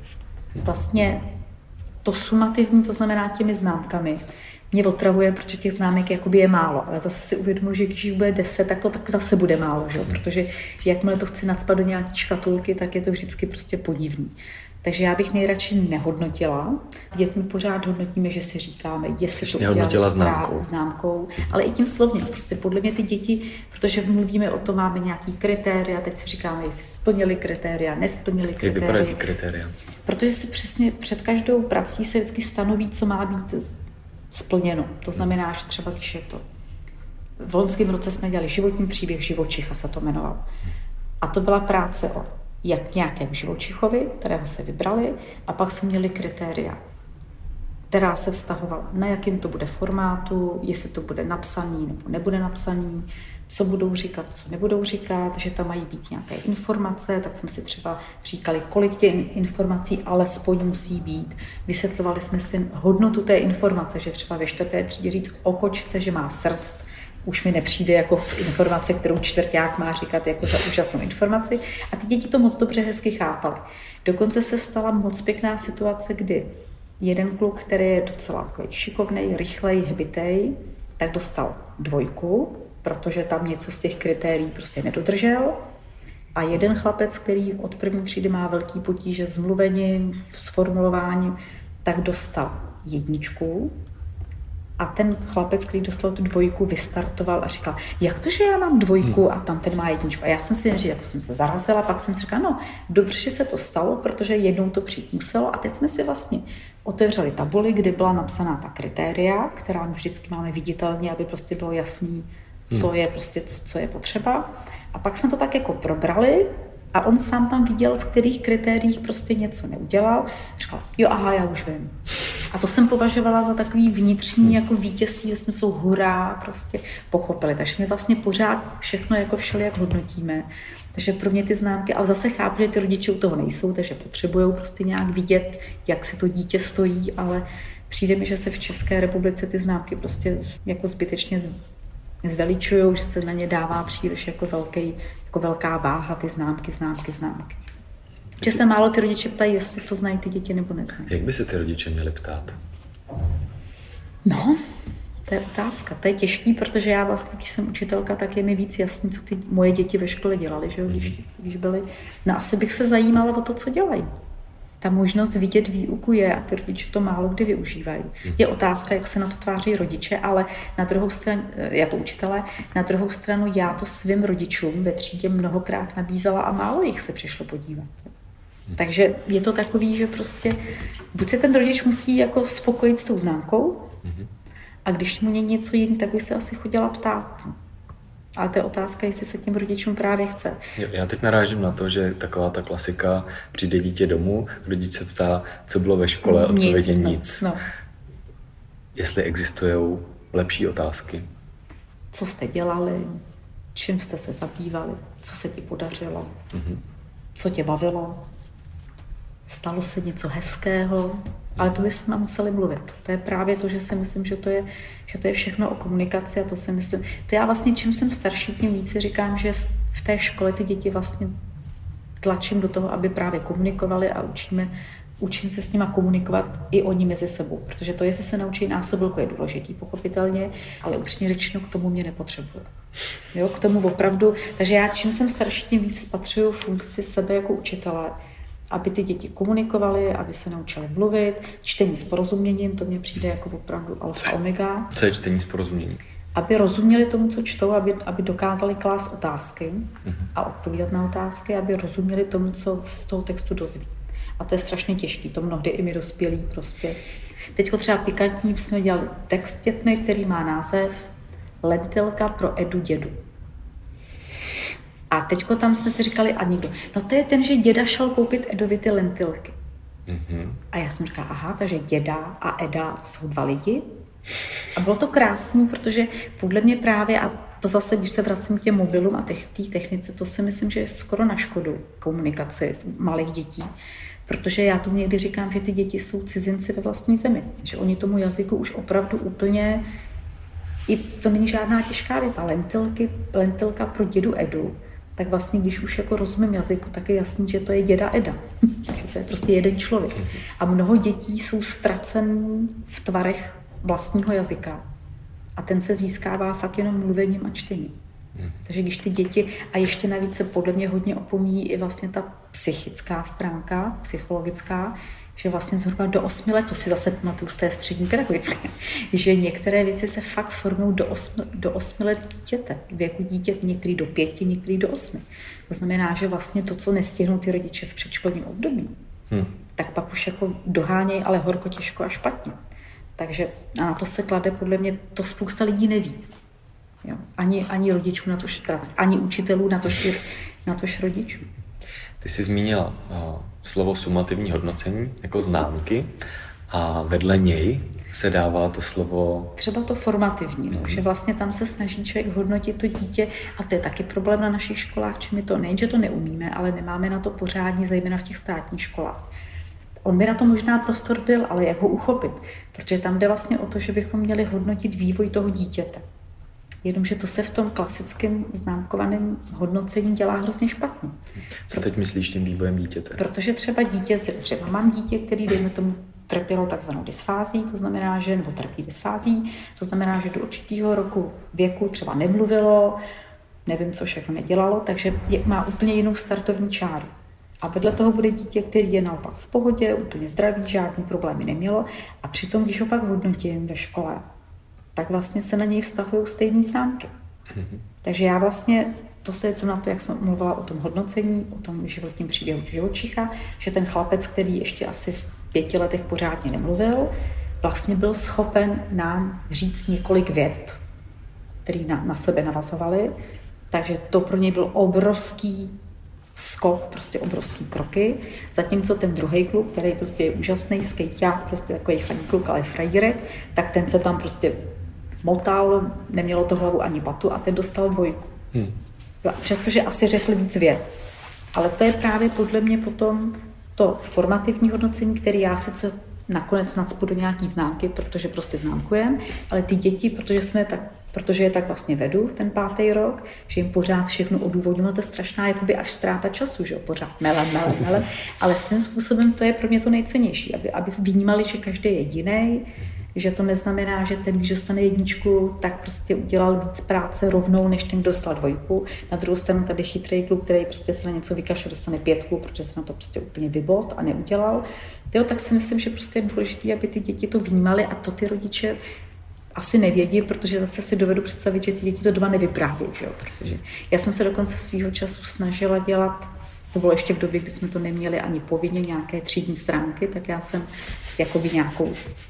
vlastně to sumativní, to znamená těmi známkami. Mě otravuje, protože těch známek jakoby je málo, ale zase si uvědomuji, že když bude deset, tak to tak zase bude málo, že? Protože jakmile to chci nacpat do nějaké škatulky, tak je to vždycky prostě podivný. Takže já bych nejradši nehodnotila. S dětmi pořád hodnotíme, že si říkáme, jestli to udělali známkou. známkou, ale i tím slovně. Prostě podle mě ty děti, protože mluvíme o tom, máme nějaký kritéria, teď si říkáme, jestli splnili kritéria, nesplnili kritéria. Jak vypadají ty kritéria? Protože si přesně před každou prací se vždycky stanoví, co má být splněno. To znamená, že třeba když je to v loňském roce jsme dělali životní příběh živočicha, se to jmenovalo. A to byla práce o jak nějakém živočichovi, kterého se vybrali, a pak jsme měli kritéria, která se vztahovala, na jakým to bude formátu, jestli to bude napsaný nebo nebude napsaný, co budou říkat, co nebudou říkat, že tam mají být nějaké informace, tak jsme si třeba říkali, kolik těch informací alespoň musí být. Vysvětlovali jsme si hodnotu té informace, že třeba ve čtvrté třídě říct o kočce, že má srst, už mi nepřijde jako v informace, kterou čtvrťák má říkat jako za úžasnou informaci. A ty děti to moc dobře hezky chápaly. Dokonce se stala moc pěkná situace, kdy jeden kluk, který je docela takový šikovnej, rychlej, hbitej, tak dostal dvojku, protože tam něco z těch kritérií prostě nedodržel. A jeden chlapec, který od první třídy má velký potíže s mluvením, s formulováním, tak dostal jedničku. A ten chlapec, který dostal tu dvojku, vystartoval a říkal, jak to, že já mám dvojku a tam ten má jedničku. A já jsem si neříkala, jako jsem se zarazila, pak jsem si říkala, no dobře, že se to stalo, protože jednou to přijít muselo. A teď jsme si vlastně otevřeli tabuli, kde byla napsaná ta kritéria, která my vždycky máme viditelně, aby prostě bylo jasný, co je prostě, co je potřeba. A pak jsme to tak jako probrali a on sám tam viděl, v kterých kritériích prostě něco neudělal. Říkal, jo, aha, já už vím. A to jsem považovala za takový vnitřní jako vítězství, že jsme jsou hurá prostě pochopili. Takže my vlastně pořád všechno jako všelijak hodnotíme. Takže pro mě ty známky, ale zase chápu, že ty rodiče u toho nejsou, takže potřebují prostě nějak vidět, jak si to dítě stojí, ale přijde mi, že se v České republice ty známky prostě jako zbytečně zveličují, že se na ně dává příliš jako, velký, jako velká váha, ty známky, známky, známky. Že se málo ty rodiče ptají, jestli to znají ty děti nebo neznají. Jak by se ty rodiče měli ptát? No, to je otázka. To je těžký, protože já vlastně, když jsem učitelka, tak je mi víc jasný, co ty moje děti ve škole dělaly, že jo, když, když byly. No asi bych se zajímala o to, co dělají. Ta možnost vidět výuku je a ty rodiče to málo kdy využívají. Je otázka, jak se na to tváří rodiče, ale na druhou stranu, jako učitelé, na druhou stranu já to svým rodičům ve třídě mnohokrát nabízela a málo jich se přišlo podívat. Takže je to takový, že prostě buď se ten rodič musí jako spokojit s tou známkou, a když mu není něco jiného, tak by se asi chodila ptát. Ale to je otázka, jestli se těm rodičům právě chce. Jo, já teď narážím na to, že taková ta klasika, přijde dítě domů, rodič se ptá, co bylo ve škole, odpověď je nic. No. Jestli existují lepší otázky. Co jste dělali, čím jste se zabývali, co se ti podařilo, mm-hmm. co tě bavilo, stalo se něco hezkého, ale to bychom museli mluvit. To je právě to, že si myslím, že to je, že to je všechno o komunikaci a to si myslím, to já vlastně čím jsem starší, tím více říkám, že v té škole ty děti vlastně tlačím do toho, aby právě komunikovali a učíme, učím se s nima komunikovat i oni mezi sebou, protože to, jestli se naučí násobilku, je důležitý, pochopitelně, ale upřímně řečeno k tomu mě nepotřebuje. Jo, k tomu opravdu, takže já čím jsem starší, tím víc spatřuju funkci sebe jako učitele, aby ty děti komunikovaly, aby se naučily mluvit, čtení s porozuměním, to mně přijde jako opravdu alfa omega. Co je čtení s porozuměním? Aby rozuměli tomu, co čtou, aby, aby dokázali klást otázky uh-huh. a odpovídat na otázky, aby rozuměli tomu, co se z toho textu dozví. A to je strašně těžké, to mnohdy i my dospělí prostě. Teďko třeba pikantní jsme dělali text s dětmi, který má název Lentilka pro Edu dědu. A teďko tam jsme si říkali, a nikdo, no to je ten, že děda šel koupit Edovi ty lentilky. Mm-hmm. A já jsem říkala, aha, takže děda a Eda jsou dva lidi. A bylo to krásné, protože podle mě právě, a to zase, když se vracím k těm mobilům a té technice, to si myslím, že je skoro na škodu komunikaci malých dětí. Protože já to někdy říkám, že ty děti jsou cizinci ve vlastní zemi. Že oni tomu jazyku už opravdu úplně, i to není žádná těžká věta, lentilky, lentilka pro dědu Edu, tak vlastně, když už jako rozumím jazyku, tak je jasný, že to je děda Eda. To je prostě jeden člověk. A mnoho dětí jsou ztracený v tvarech vlastního jazyka. A ten se získává fakt jenom mluvením a čtením. Takže když ty děti, a ještě navíc se podle mě hodně opomíjí i vlastně ta psychická stránka, psychologická, že vlastně zhruba do osmi let, to si zase pamatuju z té střední pedagogické, že některé věci se fakt formují do osmi, do osmi let dítěte, věku dítě, některý do pěti, některý do osmi. To znamená, že vlastně to, co nestihnou ty rodiče v předškolním období, hmm. tak pak už jako dohánějí, ale horko, těžko a špatně. Takže na to se klade podle mě, to spousta lidí neví. Jo. Ani, ani rodičů na tož, ani učitelů na tož, na tož rodičů. Ty jsi zmínila uh, slovo sumativní hodnocení jako známky a vedle něj se dává to slovo... Třeba to formativní, mm-hmm. že vlastně tam se snaží člověk hodnotit to dítě a to je taky problém na našich školách, či my to nejen, že to neumíme, ale nemáme na to pořádně, zejména v těch státních školách. On by na to možná prostor byl, ale jak ho uchopit? Protože tam jde vlastně o to, že bychom měli hodnotit vývoj toho dítěte. Jenomže to se v tom klasickém známkovaném hodnocení dělá hrozně špatně. Co teď myslíš tím vývojem dítěte? Protože třeba dítě, třeba mám dítě, který, dejme tomu, trpělo takzvanou dysfází, to znamená, že, nebo trpí dysfází, to znamená, že do určitého roku věku třeba nemluvilo, nevím, co všechno nedělalo, takže je, má úplně jinou startovní čáru. A vedle toho bude dítě, který je naopak v pohodě, úplně zdravý, žádný problémy nemělo a přitom, když ho pak hodnotím ve škole, tak vlastně se na něj vztahují stejné známky. Mm-hmm. Takže já vlastně, to se jsem na to, jak jsem mluvila o tom hodnocení, o tom životním příběhu živočicha, že ten chlapec, který ještě asi v pěti letech pořádně nemluvil, vlastně byl schopen nám říct několik vět. který na, na sebe navazovali. Takže to pro něj byl obrovský skok, prostě obrovský kroky. Zatímco ten druhý kluk, který prostě je úžasný skejťák, prostě takový faní kluk, ale frajírek, tak ten se tam prostě motal, nemělo to hlavu ani patu a ten dostal dvojku. Hmm. Přestože asi řekl víc věc. Ale to je právě podle mě potom to formativní hodnocení, které já sice nakonec nacpu do nějaký známky, protože prostě známkujem, ale ty děti, protože jsme tak, protože je tak vlastně vedu ten pátý rok, že jim pořád všechno odůvodňuji, to je strašná jakoby až ztráta času, že jo, pořád melem, melem, melem, ale svým způsobem to je pro mě to nejcennější, aby, aby vnímali, že každý je jiný, že to neznamená, že ten, když dostane jedničku, tak prostě udělal víc práce rovnou, než ten, kdo dostal dvojku. Na druhou stranu tady chytrý kluk, který prostě se na něco vykašle, dostane pětku, protože se na to prostě úplně vybod a neudělal. Jo, tak si myslím, že prostě je důležité, aby ty děti to vnímali a to ty rodiče asi nevědí, protože zase si dovedu představit, že ty děti to doma nevyprávějí. Že jo? Protože já jsem se dokonce svýho času snažila dělat, to bylo ještě v době, kdy jsme to neměli ani povinně nějaké třídní stránky, tak já jsem jakoby nějakou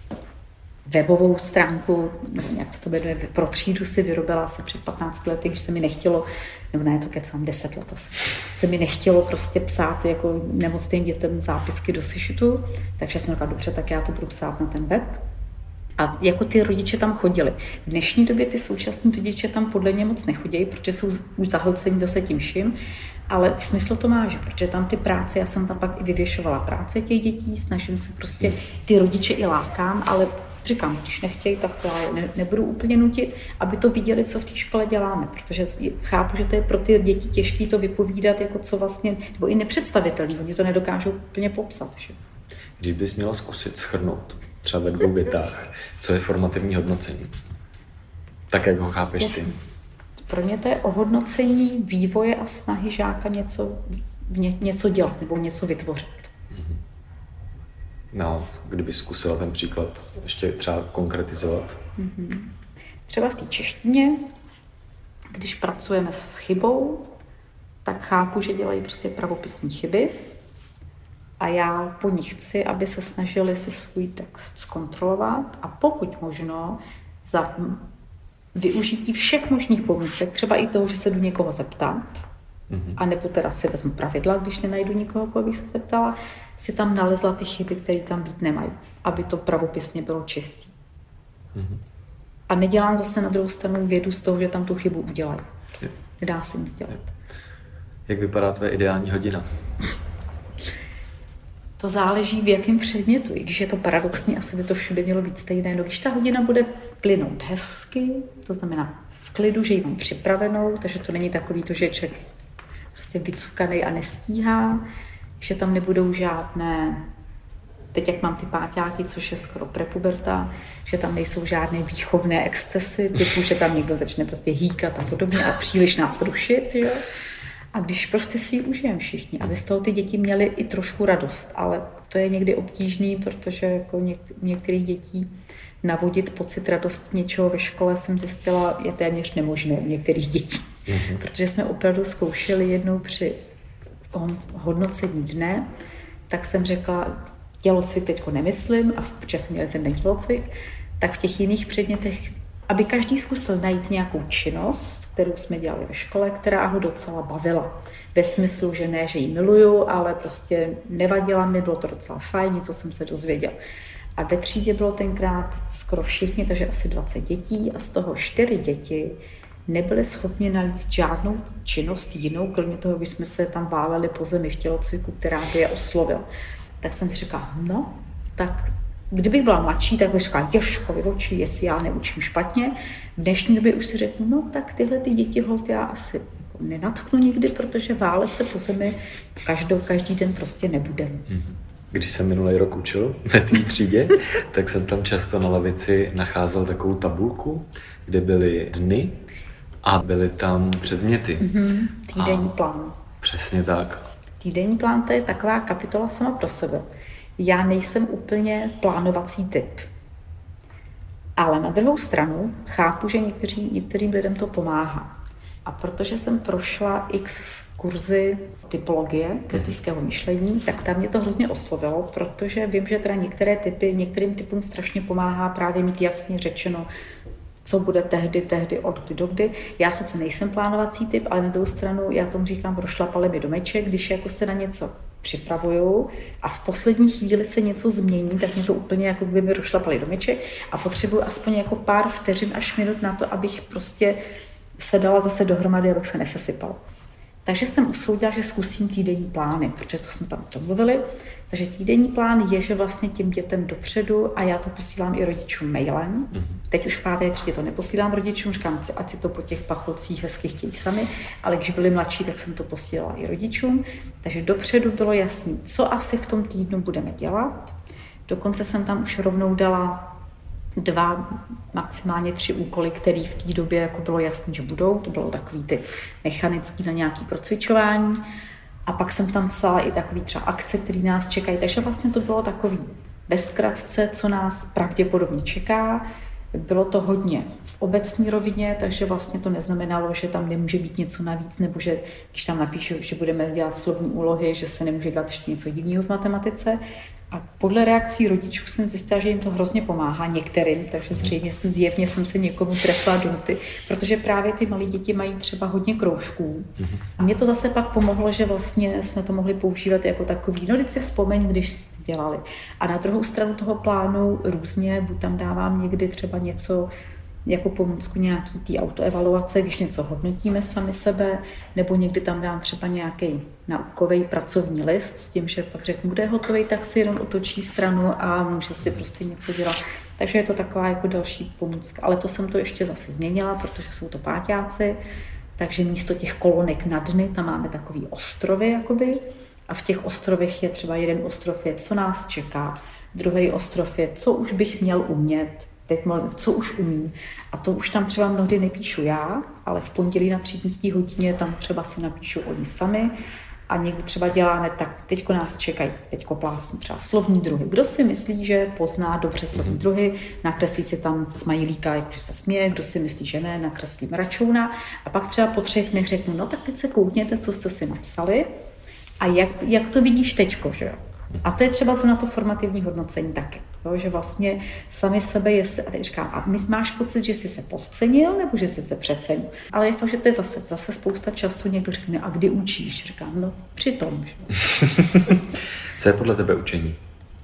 webovou stránku, nebo nějak se to jmenuje, pro třídu si vyrobila se před patnácti lety, když se mi nechtělo, nebo ne, to kecám, deset let asi, se mi nechtělo prostě psát jako nemocným dětem zápisky do sešitu, takže jsem řekla, dobře, tak já to budu psát na ten web. A jako ty rodiče tam chodili. V dnešní době ty současní rodiče tam podle mě moc nechodí, protože jsou už zahlcení zase tím vším, ale smysl to má, že protože tam ty práce, já jsem tam pak i vyvěšovala práce těch dětí, snažím se prostě, ty rodiče i lákám, ale říkám, když nechtějí, tak já ne, nebudu úplně nutit, aby to viděli, co v té škole děláme, protože chápu, že to je pro ty děti těžké to vypovídat, jako co vlastně, nebo i nepředstavitelný, oni to nedokážou úplně popsat. Že? Když bys měla zkusit shrnout, třeba ve dvou větách, co je formativní hodnocení, tak jak ho chápeš Jasně. ty? Pro mě to je ohodnocení vývoje a snahy žáka něco, ně, něco dělat nebo něco vytvořit. No, kdyby zkusila ten příklad ještě třeba konkretizovat? Mm-hmm. Třeba v té češtině, když pracujeme s chybou, tak chápu, že dělají prostě pravopisné chyby a já po nich chci, aby se snažili si svůj text zkontrolovat a pokud možno za využití všech možných pomůcek, třeba i toho, že se jdu někoho zeptat, mm-hmm. a nebo teda si vezmu pravidla, když nenajdu nikoho, koho bych se zeptala, si tam nalezla ty chyby, které tam být nemají, aby to pravopisně bylo čistý. Mm-hmm. A nedělám zase na druhou stranu vědu z toho, že tam tu chybu udělají. Je. Nedá se nic dělat. Je. Jak vypadá tvé ideální hodina? To záleží v jakém předmětu. I když je to paradoxní, asi by to všude mělo být stejné. No, když ta hodina bude plynout hezky, to znamená v klidu, že ji mám připravenou, takže to není takový to, že je člověk prostě vycukanej a nestíhá, že tam nebudou žádné, teď jak mám ty páťáky, což je skoro prepuberta, že tam nejsou žádné výchovné excesy, typu, že tam někdo začne prostě hýkat a podobně a příliš nás rušit, jo. A když prostě si ji užijeme všichni, aby z toho ty děti měly i trošku radost, ale to je někdy obtížný, protože jako něk- některých dětí navodit pocit radosti něčeho ve škole jsem zjistila, je téměř nemožné u některých dětí. Mm-hmm. Protože jsme opravdu zkoušeli jednou při hodnocení dne, tak jsem řekla, tělocvik teďko nemyslím, a protože jsme měli ten den tělocvik, tak v těch jiných předmětech, aby každý zkusil najít nějakou činnost, kterou jsme dělali ve škole, která ho docela bavila. Ve smyslu, že ne, že ji miluju, ale prostě nevadila mi, bylo to docela fajn, něco jsem se dozvěděla. A ve třídě bylo tenkrát skoro všichni, takže asi dvacet dětí a z toho čtyři děti nebyli schopni nalíst žádnou činnost jinou, kromě toho, když jsme se tam váleli po zemi v tělocviku, která by je oslovila. Tak jsem si říkala, no, tak kdybych byla mladší, tak bych říkala, Ježkovi oči, jestli já neučím špatně. V dnešní době už si řeknu, no tak tyhle ty děti holt já asi jako nenatknu nikdy, protože válet se po zemi každou, každý den prostě nebudem. Když jsem minulý rok učil ve té třídě, tak jsem tam často na lavici nacházel takovou tabulku, kde byly dny a byly tam předměty. Mm-hmm. Týdenní a plán. Přesně tak. Týdenní plán, to je taková kapitola sama pro sebe. Já nejsem úplně plánovací typ. Ale na druhou stranu chápu, že některý, některým lidem to pomáhá. A protože jsem prošla x kurzy typologie, kritického myšlení, tak tam mě to hrozně oslovilo, protože vím, že teda některé typy, některým typům strašně pomáhá právě mít jasně řečeno, co bude tehdy, tehdy, od kdy do kdy. Já sice nejsem plánovací typ, ale na druhou stranu já tomu říkám, prošlapali mi domeček, když jako se na něco připravuju a v poslední chvíli se něco změní, tak mě to úplně jako by mi rozšlapali domeček a potřebuji aspoň jako pár vteřin až minut na to, abych prostě se dala zase dohromady, abych se nesesypala. Takže jsem usoudila, že zkusím týdenní plány, protože to jsme tam domluvili. Takže týdenní plán je, že vlastně těm dětem dopředu a já to posílám i rodičům mailem. Mm-hmm. Teď už v páté třídě to neposílám rodičům, říkám, ať si to po těch pacholcích hezky chtějí sami, ale když byli mladší, tak jsem to posílala i rodičům. Takže dopředu bylo jasné, co asi v tom týdnu budeme dělat. Dokonce jsem tam už rovnou dala dva, maximálně tři úkoly, které v té době jako bylo jasné, že budou. To bylo takový ty mechanický na nějaké procvičování. A pak jsem tam psala i takový třeba akce, které nás čekají. Takže vlastně to bylo takový ve zkratce, co nás pravděpodobně čeká. Bylo to hodně v obecné rovině, takže vlastně to neznamenalo, že tam nemůže být něco navíc, nebo že když tam napíšu, že budeme dělat slovní úlohy, že se nemůže dělat ještě něco jiného v matematice. A podle reakcí rodičů jsem zjistila, že jim to hrozně pomáhá některým, takže zřejmě se zjevně jsem se někomu trefila do noty, protože právě ty malé děti mají třeba hodně kroužků. A mě to zase pak pomohlo, že vlastně jsme to mohli používat jako takový, no teď si vzpomeň, když dělali. A na druhou stranu toho plánu různě, buď tam dávám někdy třeba něco jako pomůcku nějaký té autoevaluace, když něco hodnotíme sami sebe, nebo někdy tam dám třeba nějaký naukový pracovní list s tím, že pak řeknu, bude hotový, tak si jenom otočí stranu a může si prostě něco dělat. Takže je to taková jako další pomůcka. Ale to jsem to ještě zase změnila, protože jsou to páťáci, takže místo těch kolonek na dny tam máme takový ostrovy jakoby. A v těch ostrovech je třeba jeden ostrov je, co nás čeká, druhý ostrov je, co už bych měl umět, teď mluvím, co už umím. A to už tam třeba mnohdy nepíšu já, ale v pondělí na třídnické hodině tam třeba si napíšu oni sami a někdy třeba děláme tak, teďko nás čekají, teďko plásnu třeba slovní druhy. Kdo si myslí, že pozná dobře slovní druhy, nakreslí si tam smajlíka, jakože se směje, kdo si myslí, že ne, nakreslí mračouna a pak třeba po třech dnech řeknu, no tak teď se koukněte, co jste si napsali a jak, jak to vidíš teďko, že jo. A to je třeba na to formativní hodnocení taky, jo, že vlastně sami sebe, jestli, a teď říkám, a my máš pocit, že jsi se podcenil nebo že jsi se přecenil. Ale je fakt, že to je zase, zase spousta času, někdo řekne, a kdy učíš? Říkám, no přitom. Co je podle tebe učení?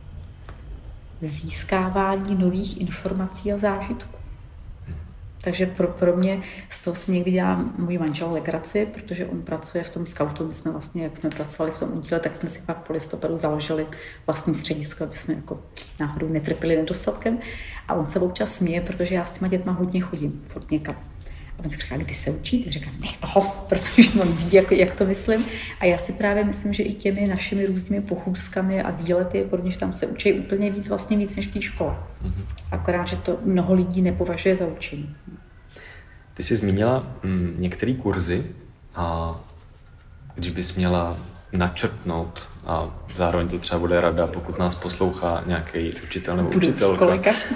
Získávání nových informací a zážitků. Takže pro, pro mě z toho si někdy dělá můj manžel legraci, protože on pracuje v tom skautu. My jsme vlastně, jak jsme pracovali v tom údíle, tak jsme si pak po listopadu založili vlastní středisko, aby jsme jako náhodou netrpěli nedostatkem. A on se občas směje, protože já s těma dětma hodně chodím, furt někam. A on si říká, kdy se učí? Tak říkám, nech toho, protože on ví, jak, jak to myslím. A já si právě myslím, že i těmi našimi různými pochůzkami a výlety, protože tam se učí úplně víc, vlastně víc než v té škole. Mm-hmm. Akorát, že to mnoho lidí nepovažuje za učení. Ty jsi zmínila m, některé kurzy a když bys měla načrtnout a zároveň to třeba bude rada, pokud nás poslouchá nějaký učitel nebo učitelka,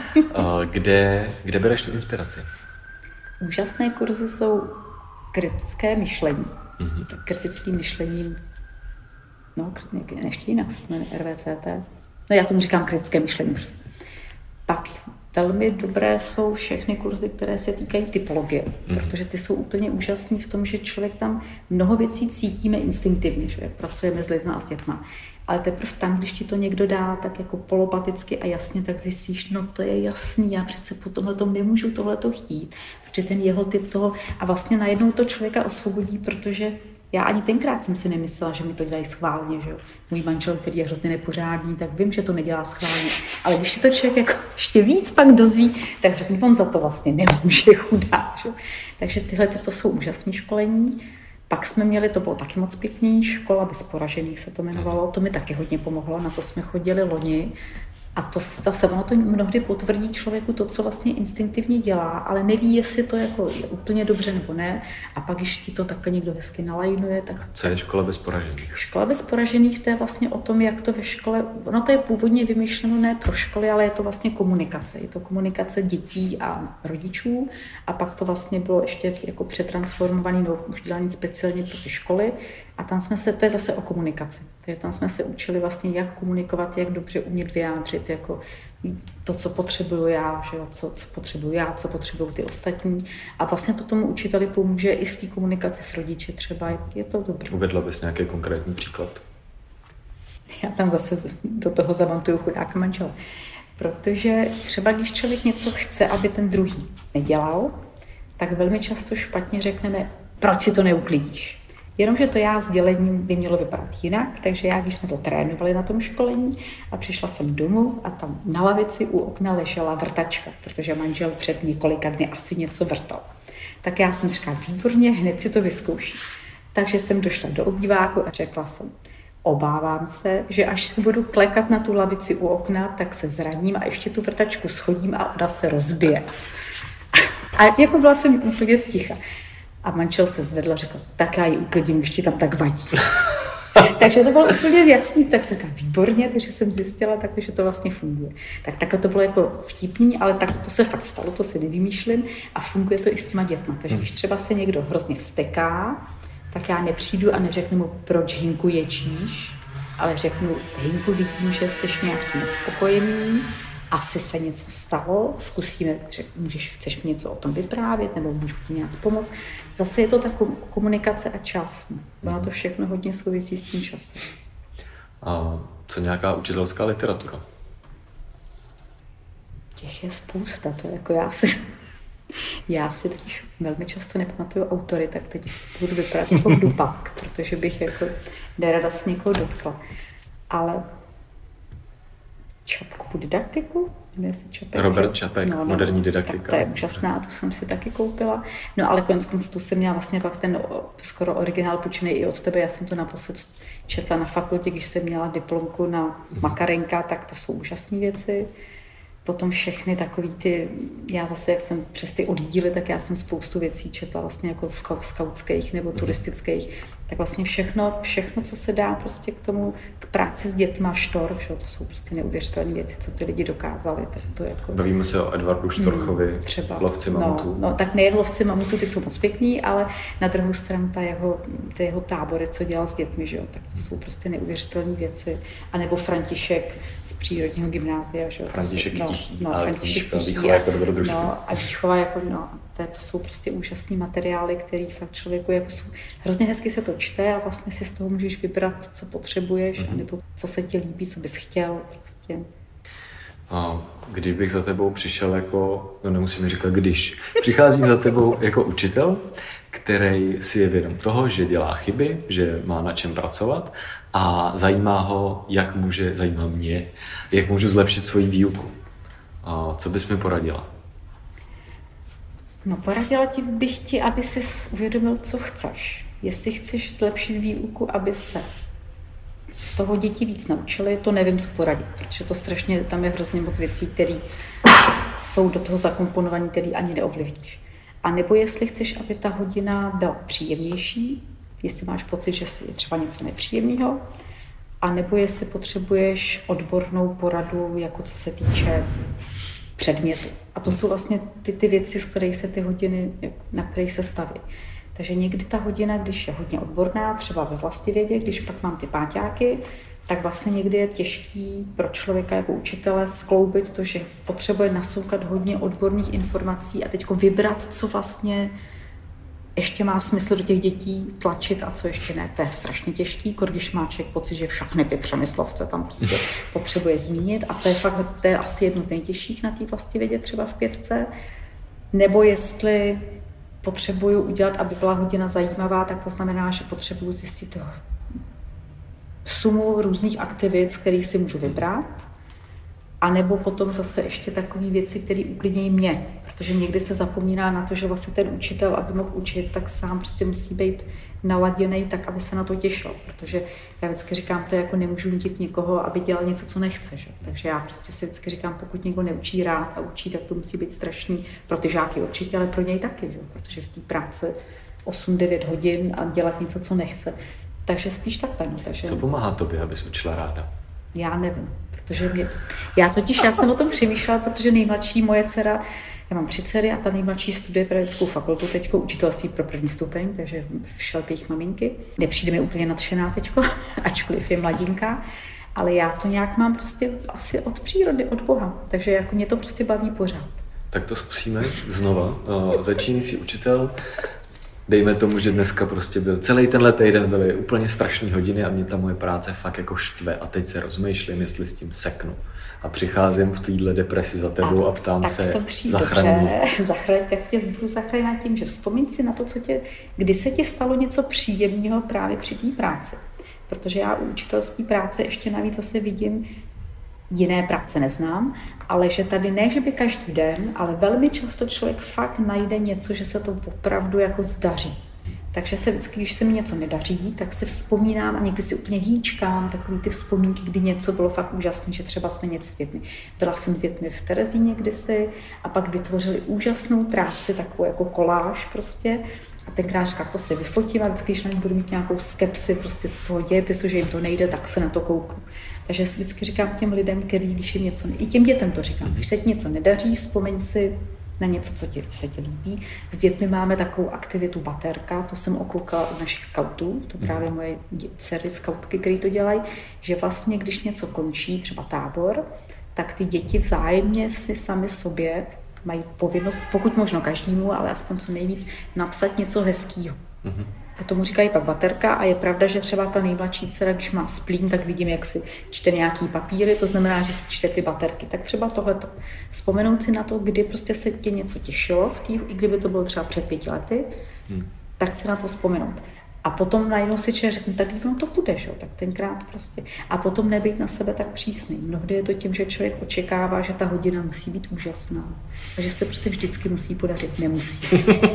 kde, kde bereš tu inspiraci? Úžasné kurzy jsou kritické myšlení. Mm-hmm. Tak kritickým myšlením, no ještě jinak se to jmenuje R V C T. No já tomu říkám kritické myšlení přesně. Tak velmi dobré jsou všechny kurzy, které se týkají typologie, mm. protože ty jsou úplně úžasný v tom, že člověk tam mnoho věcí cítíme instinktivně, že pracujeme s lidmi a s dětma. Ale teprve tam, když ti to někdo dá tak jako polopaticky a jasně, tak zjistíš, no to je jasný, já přece po tomhletom nemůžu tohleto chtít, protože ten jeho typ toho a vlastně najednou to člověka osvobodí, protože já ani tenkrát jsem si nemyslela, že mi to dělají schválně, že jo. Můj manžel, který je hrozně nepořádný, tak vím, že to nedělá schválně. Ale když si to člověk jako ještě víc pak dozví, tak řekne, on za to vlastně nemůže, chudá, že jo. Takže tyhle to jsou úžasné školení. Pak jsme měli, to bylo taky moc pěkný, škola bez poražených se to jmenovalo, to mi taky hodně pomohlo, na to jsme chodili loni. A to zase ono to mnohdy potvrdí člověku to, co vlastně instinktivně dělá, ale neví, jestli to jako je úplně dobře nebo ne. A pak, když ti to takhle někdo hezky nalajnuje, tak... Co je škola bez poražených? Škola bez poražených, to je vlastně o tom, jak to ve škole... Ono to je původně vymyšleno ne pro školy, ale je to vlastně komunikace. Je to komunikace dětí a rodičů. A pak to vlastně bylo ještě jako přetransformovaný, no už dělaný speciálně pro ty školy. A tam jsme se, to je zase o komunikaci. Takže tam jsme se učili vlastně, jak komunikovat, jak dobře umět vyjádřit, jako to, co potřebuju já, že jo, co, co potřebuju já, co potřebují ty ostatní. A vlastně to tomu učiteli pomůže i v té komunikaci s rodiči třeba. Je to dobré. Uvedla bys nějaký konkrétní příklad? Já tam zase do toho zamontuju chudáka manžela. Protože třeba když člověk něco chce, aby ten druhý nedělal, tak velmi často špatně řekneme, proč si to neuklidíš. Jenomže to já sdělením by mělo vypadat jinak, takže já, když jsme to trénovali na tom školení a přišla jsem domů a tam na lavici u okna ležela vrtačka, protože manžel před několika dny asi něco vrtal. Tak já jsem říkala, výborně, hned si to vyzkouší. Takže jsem došla do obýváku a řekla jsem, obávám se, že až si budu klekat na tu lavici u okna, tak se zraním a ještě tu vrtačku schodím a ona se rozbije. A jako byla jsem úplně sticha. A manžel se zvedl a řekl, tak já ji uklidím, když ti tam tak vadí. Takže to bylo úplně jasný, tak jsem říkala, výborně, takže jsem zjistila tak, že to vlastně funguje. Tak tak to bylo jako vtipný, ale tak to se fakt stalo, to si nevymýšlím a funguje to i s těma dětma. Takže když třeba se někdo hrozně vzteká, tak já nepřijdu a neřeknu mu, proč Hinku ječíš, ale řeknu, Hinku, vidím, že jsi nějaký nespokojený, asi se něco stalo, zkusíme, můžeš, chceš mi něco o tom vyprávět, nebo můžu ti nějak pomoct. Zase je to ta komunikace a čas. Ono to všechno hodně souvisí s tím časem. A co nějaká učitelská literatura? Těch je spousta, to jako já si... Já si totiž velmi často nepamatuju autory, tak teď budu vypadat jako hlupák, protože bych jako nerada se někoho dotkla. Ale Čapkovu didaktiku? Čapek, Robert Čapek, no, no, moderní didaktika. Tak to je úžasná, to jsem si taky koupila. No ale konec konců tu jsem měla vlastně pak ten skoro originál půjčený i od tebe. Já jsem to naposled četla na fakultě, když jsem měla diplomku na Makarenka, tak to jsou úžasné věci. Potom všechny takový ty, já zase, jak jsem přes ty oddíly, tak já jsem spoustu věcí četla vlastně jako skautských nebo turistických. Tak vlastně všechno, všechno, co se dá prostě k tomu, k práci s dětma, Štorch, že? To jsou prostě neuvěřitelné věci, co ty lidi dokázali. Tak to jako... Bavíme se o Edvardu Štorchovi, hmm, třeba lovci mamutů. No, no, tak nejen lovci mamutů, ty jsou moc pěkný, ale na druhou stranu ta jeho, ty jeho tábory, co dělal s dětmi, že? Tak to jsou prostě neuvěřitelné věci. A nebo František z přírodního gymnázia. Že? František no, tichý, no, František tichý, výchova jako dobrodružství. No, a výchova jako, no, to, to jsou prostě úžasný materiály, který fakt člověku jako jsou, hrozně hezky se to čte a vlastně si z toho můžeš vybrat, co potřebuješ, mm-hmm. anebo co se ti líbí, co bys chtěl. Prostě. A kdybych za tebou přišel jako, no nemusíme říkat když, přicházím za tebou jako učitel, který si je vědom toho, že dělá chyby, že má na čem pracovat a zajímá ho, jak může, zajímá mě, jak můžu zlepšit svoji výuku. A co bys mi poradila? No poradila ti bych ti, aby jsi uvědomil, co chceš. Jestli chceš zlepšit výuku, aby se toho děti víc naučili, to nevím, co poradit, protože to strašně, tam je hrozně moc věcí, které jsou do toho zakomponované, které ani neovlivníš. A nebo jestli chceš, aby ta hodina byla příjemnější, jestli máš pocit, že je třeba něco nepříjemného, a nebo jestli potřebuješ odbornou poradu, jako co se týče předmětu. A to jsou vlastně ty, ty věci, z kterých se ty hodiny, na kterých se staví. Takže někdy ta hodina, když je hodně odborná, třeba ve vlastivědě, když pak mám ty páťáky, tak vlastně někdy je těžký pro člověka jako učitele skloubit to, že potřebuje nasoukat hodně odborných informací a teď vybrat, co vlastně ještě má smysl do těch dětí tlačit a co ještě ne. To je strašně těžký, když má člověk pocit, že všechny ty přemyslovce tam prostě potřebuje zmínit a to je fakt, to je asi jedno z nejtěžších na té vlastivědě třeba v pětce. Nebo jestli potřebuju udělat, aby byla hodina zajímavá, tak to znamená, že potřebuju zjistit sumu různých aktivit, z kterých si můžu vybrat. A nebo potom zase ještě takové věci, které uklidnějí mě. Protože někdy se zapomíná na to, že vlastně ten učitel, aby mohl učit, tak sám prostě musí být naladěný tak, aby se na to těšil. Protože já vždycky říkám, to jako nemůžu nutit někoho, aby dělal něco, co nechce. Že? Takže já prostě si vždycky říkám, pokud někdo neučí rád a učí, tak to musí být strašný pro ty žáky určitě, ale pro něj taky. Že? Protože v té práci osm devět hodin a dělat něco, co nechce. Takže spíš takhle. No. Takže... Co pomáhá tobě, abys učila ráda? Já nevím. Protože mě, já totiž, já jsem o tom přemýšlela, protože nejmladší moje dcera Já mám tři dcery a ta nejmladší studuje pedagogickou fakultu, teďko učitelství pro první stupeň, takže v šelpě jejich maminky. Nepřijde mi úplně nadšená teďko, ačkoliv je mladinka, ale já to nějak mám prostě asi od přírody, od Boha, takže jako mě to prostě baví pořád. Tak to zkusíme znova. Začínající učitel, dejme tomu, že dneska prostě byl celý tenhle týden byly úplně strašný hodiny a mě ta moje práce fakt jako štve a teď se rozmýšlím, jestli s tím seknu. A přicházím v téhle depresi za tebou a, a ptám tak se, zachraň Zachraň, tak tě budu zachránit tím, že vzpomeň si na to, co tě, kdy se ti stalo něco příjemného právě při té práci. Protože já u učitelské práce ještě navíc zase vidím, jiné práce neznám, ale že tady ne, že by každý den, ale velmi často člověk fakt najde něco, že se to opravdu jako zdaří. Takže se vždycky, když se mi něco nedaří, tak si vzpomínám a někdy si úplně hýčkám takový ty vzpomínky, kdy něco bylo fakt úžasné, že třeba jsme něco s dětmi. Byla jsem s dětmi v Terezíně kdysi a pak vytvořili úžasnou práci, takovou jako koláž prostě. A tenkrát říká, to si vyfotím a vždycky, když na ní budu mít nějakou skepsi prostě z toho dějepisu, že jim to nejde, tak se na to kouknu. Takže si vždycky říkám těm lidem, který, když jim něco nejde, i těm dětem to říkám, když se ti něco nedaří, vzpomeň si na něco, co ti, se ti líbí. S dětmi máme takovou aktivitu baterka, to jsem okoukala u našich skautů, to právě moje dcery skautky, které to dělají, že vlastně, když něco končí, třeba tábor, tak ty děti vzájemně si sami sobě mají povinnost, pokud možno každému, ale aspoň co nejvíc, napsat něco hezkýho. Mm-hmm. A tomu říkají pak baterka a je pravda, že třeba ta nejmladší dcera, když má splín, tak vidím, jak si čte nějaký papíry, to znamená, že si čte ty baterky. Tak třeba tohleto. Vzpomenout si na to, kdy prostě se tě něco těšilo, v tý, i kdyby to bylo třeba před pěti lety, hmm. tak si na to vzpomenout. A potom najednou si člověk řekne, tak ono to bude, že? Tak tenkrát prostě. A potom nebýt na sebe tak přísný. Mnohdy je to tím, že člověk očekává, že ta hodina musí být úžasná. A že se prostě vždycky musí podařit. Nemusí.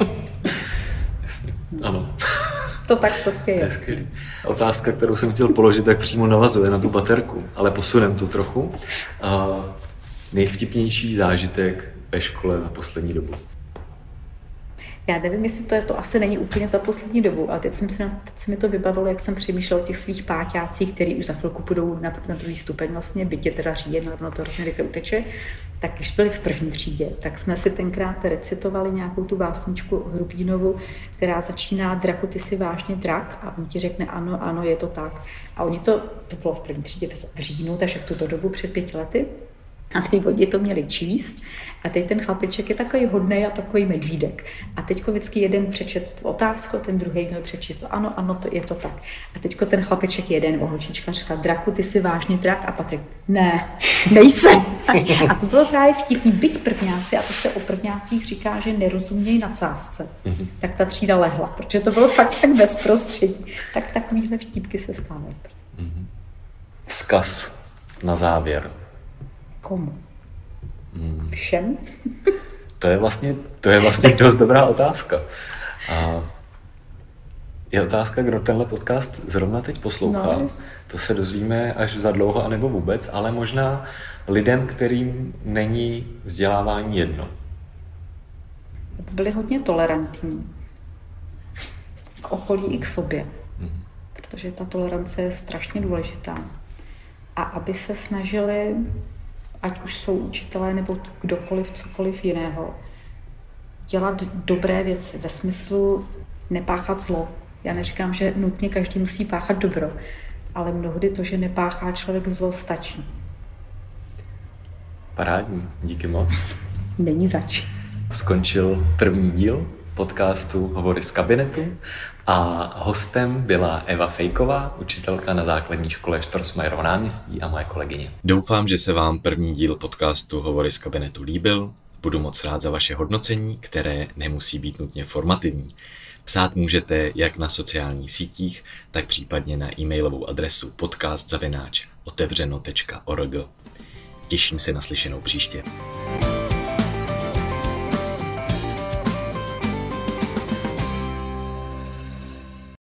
No. Ano. To tak prostě je. je Otázka, kterou jsem chtěl položit, tak přímo navazuje na tu baterku, ale posunem to trochu. Uh, nejvtipnější zážitek ve škole za poslední dobu? Já nevím, jestli to je, to asi není úplně za poslední dobu, ale teď, jsem se, teď se mi to vybavilo, jak jsem přemýšlela o těch svých páťácích, který už za chvilku půjdou na, na druhý stupeň vlastně, bytě teda říjen, ale to hrozně rychle uteče. Tak když byli v první třídě, tak jsme si tenkrát recitovali nějakou tu básničku Hrubínovu, která začíná Draku, ty jsi vážně drak, a on ti řekne ano, ano, je to tak. A oni to, to bylo v první třídě v říjnu, takže v tuto dobu před pěti lety. A ty vodě to měli číst a teď ten chlapeček je takový hodnej a takový medvídek. A teďko vždycky jeden přečet otázku, ten druhý měl přečíst ano, ano, to je to tak. A teďko ten chlapeček jeden, holčička, říkal, Draku, ty jsi vážně drak? A Patrik, ne, nejsem. A to bylo právě vtipný, byť prvňáci, a to se o prvňácích říká, že nerozumějí nadsázce. Tak ta třída lehla, protože to bylo fakt tak bezprostřední. Tak takovýhle vtípky se stávají. Vzkaz na závěr. Komu? Všem? To je vlastně, to je vlastně dost dobrá otázka. A je otázka, kdo tenhle podcast zrovna teď poslouchá. No, to se dozvíme až za dlouho, anebo vůbec, ale možná lidem, kterým není vzdělávání jedno. Byli hodně tolerantní k okolí i k sobě, hmm. protože ta tolerance je strašně důležitá. A aby se snažili, ať už jsou učitelé nebo kdokoliv, cokoliv jiného, dělat dobré věci ve smyslu nepáchat zlo. Já neříkám, že nutně každý musí páchat dobro, ale mnohdy to, že nepáchá člověk zlo, stačí. Parádní, díky moc. Není zač. Skončil první díl podcastu Hovory z kabinetu a hostem byla Eva Fejková, učitelka na základní škole Štrosmajerovo náměstí a moje kolegyně. Doufám, že se vám první díl podcastu Hovory z kabinetu líbil. Budu moc rád za vaše hodnocení, které nemusí být nutně formativní. Psát můžete jak na sociálních sítích, tak případně na e-mailovou adresu podcast zavináč otevřeno tečka org. Těším se na slyšenou příště.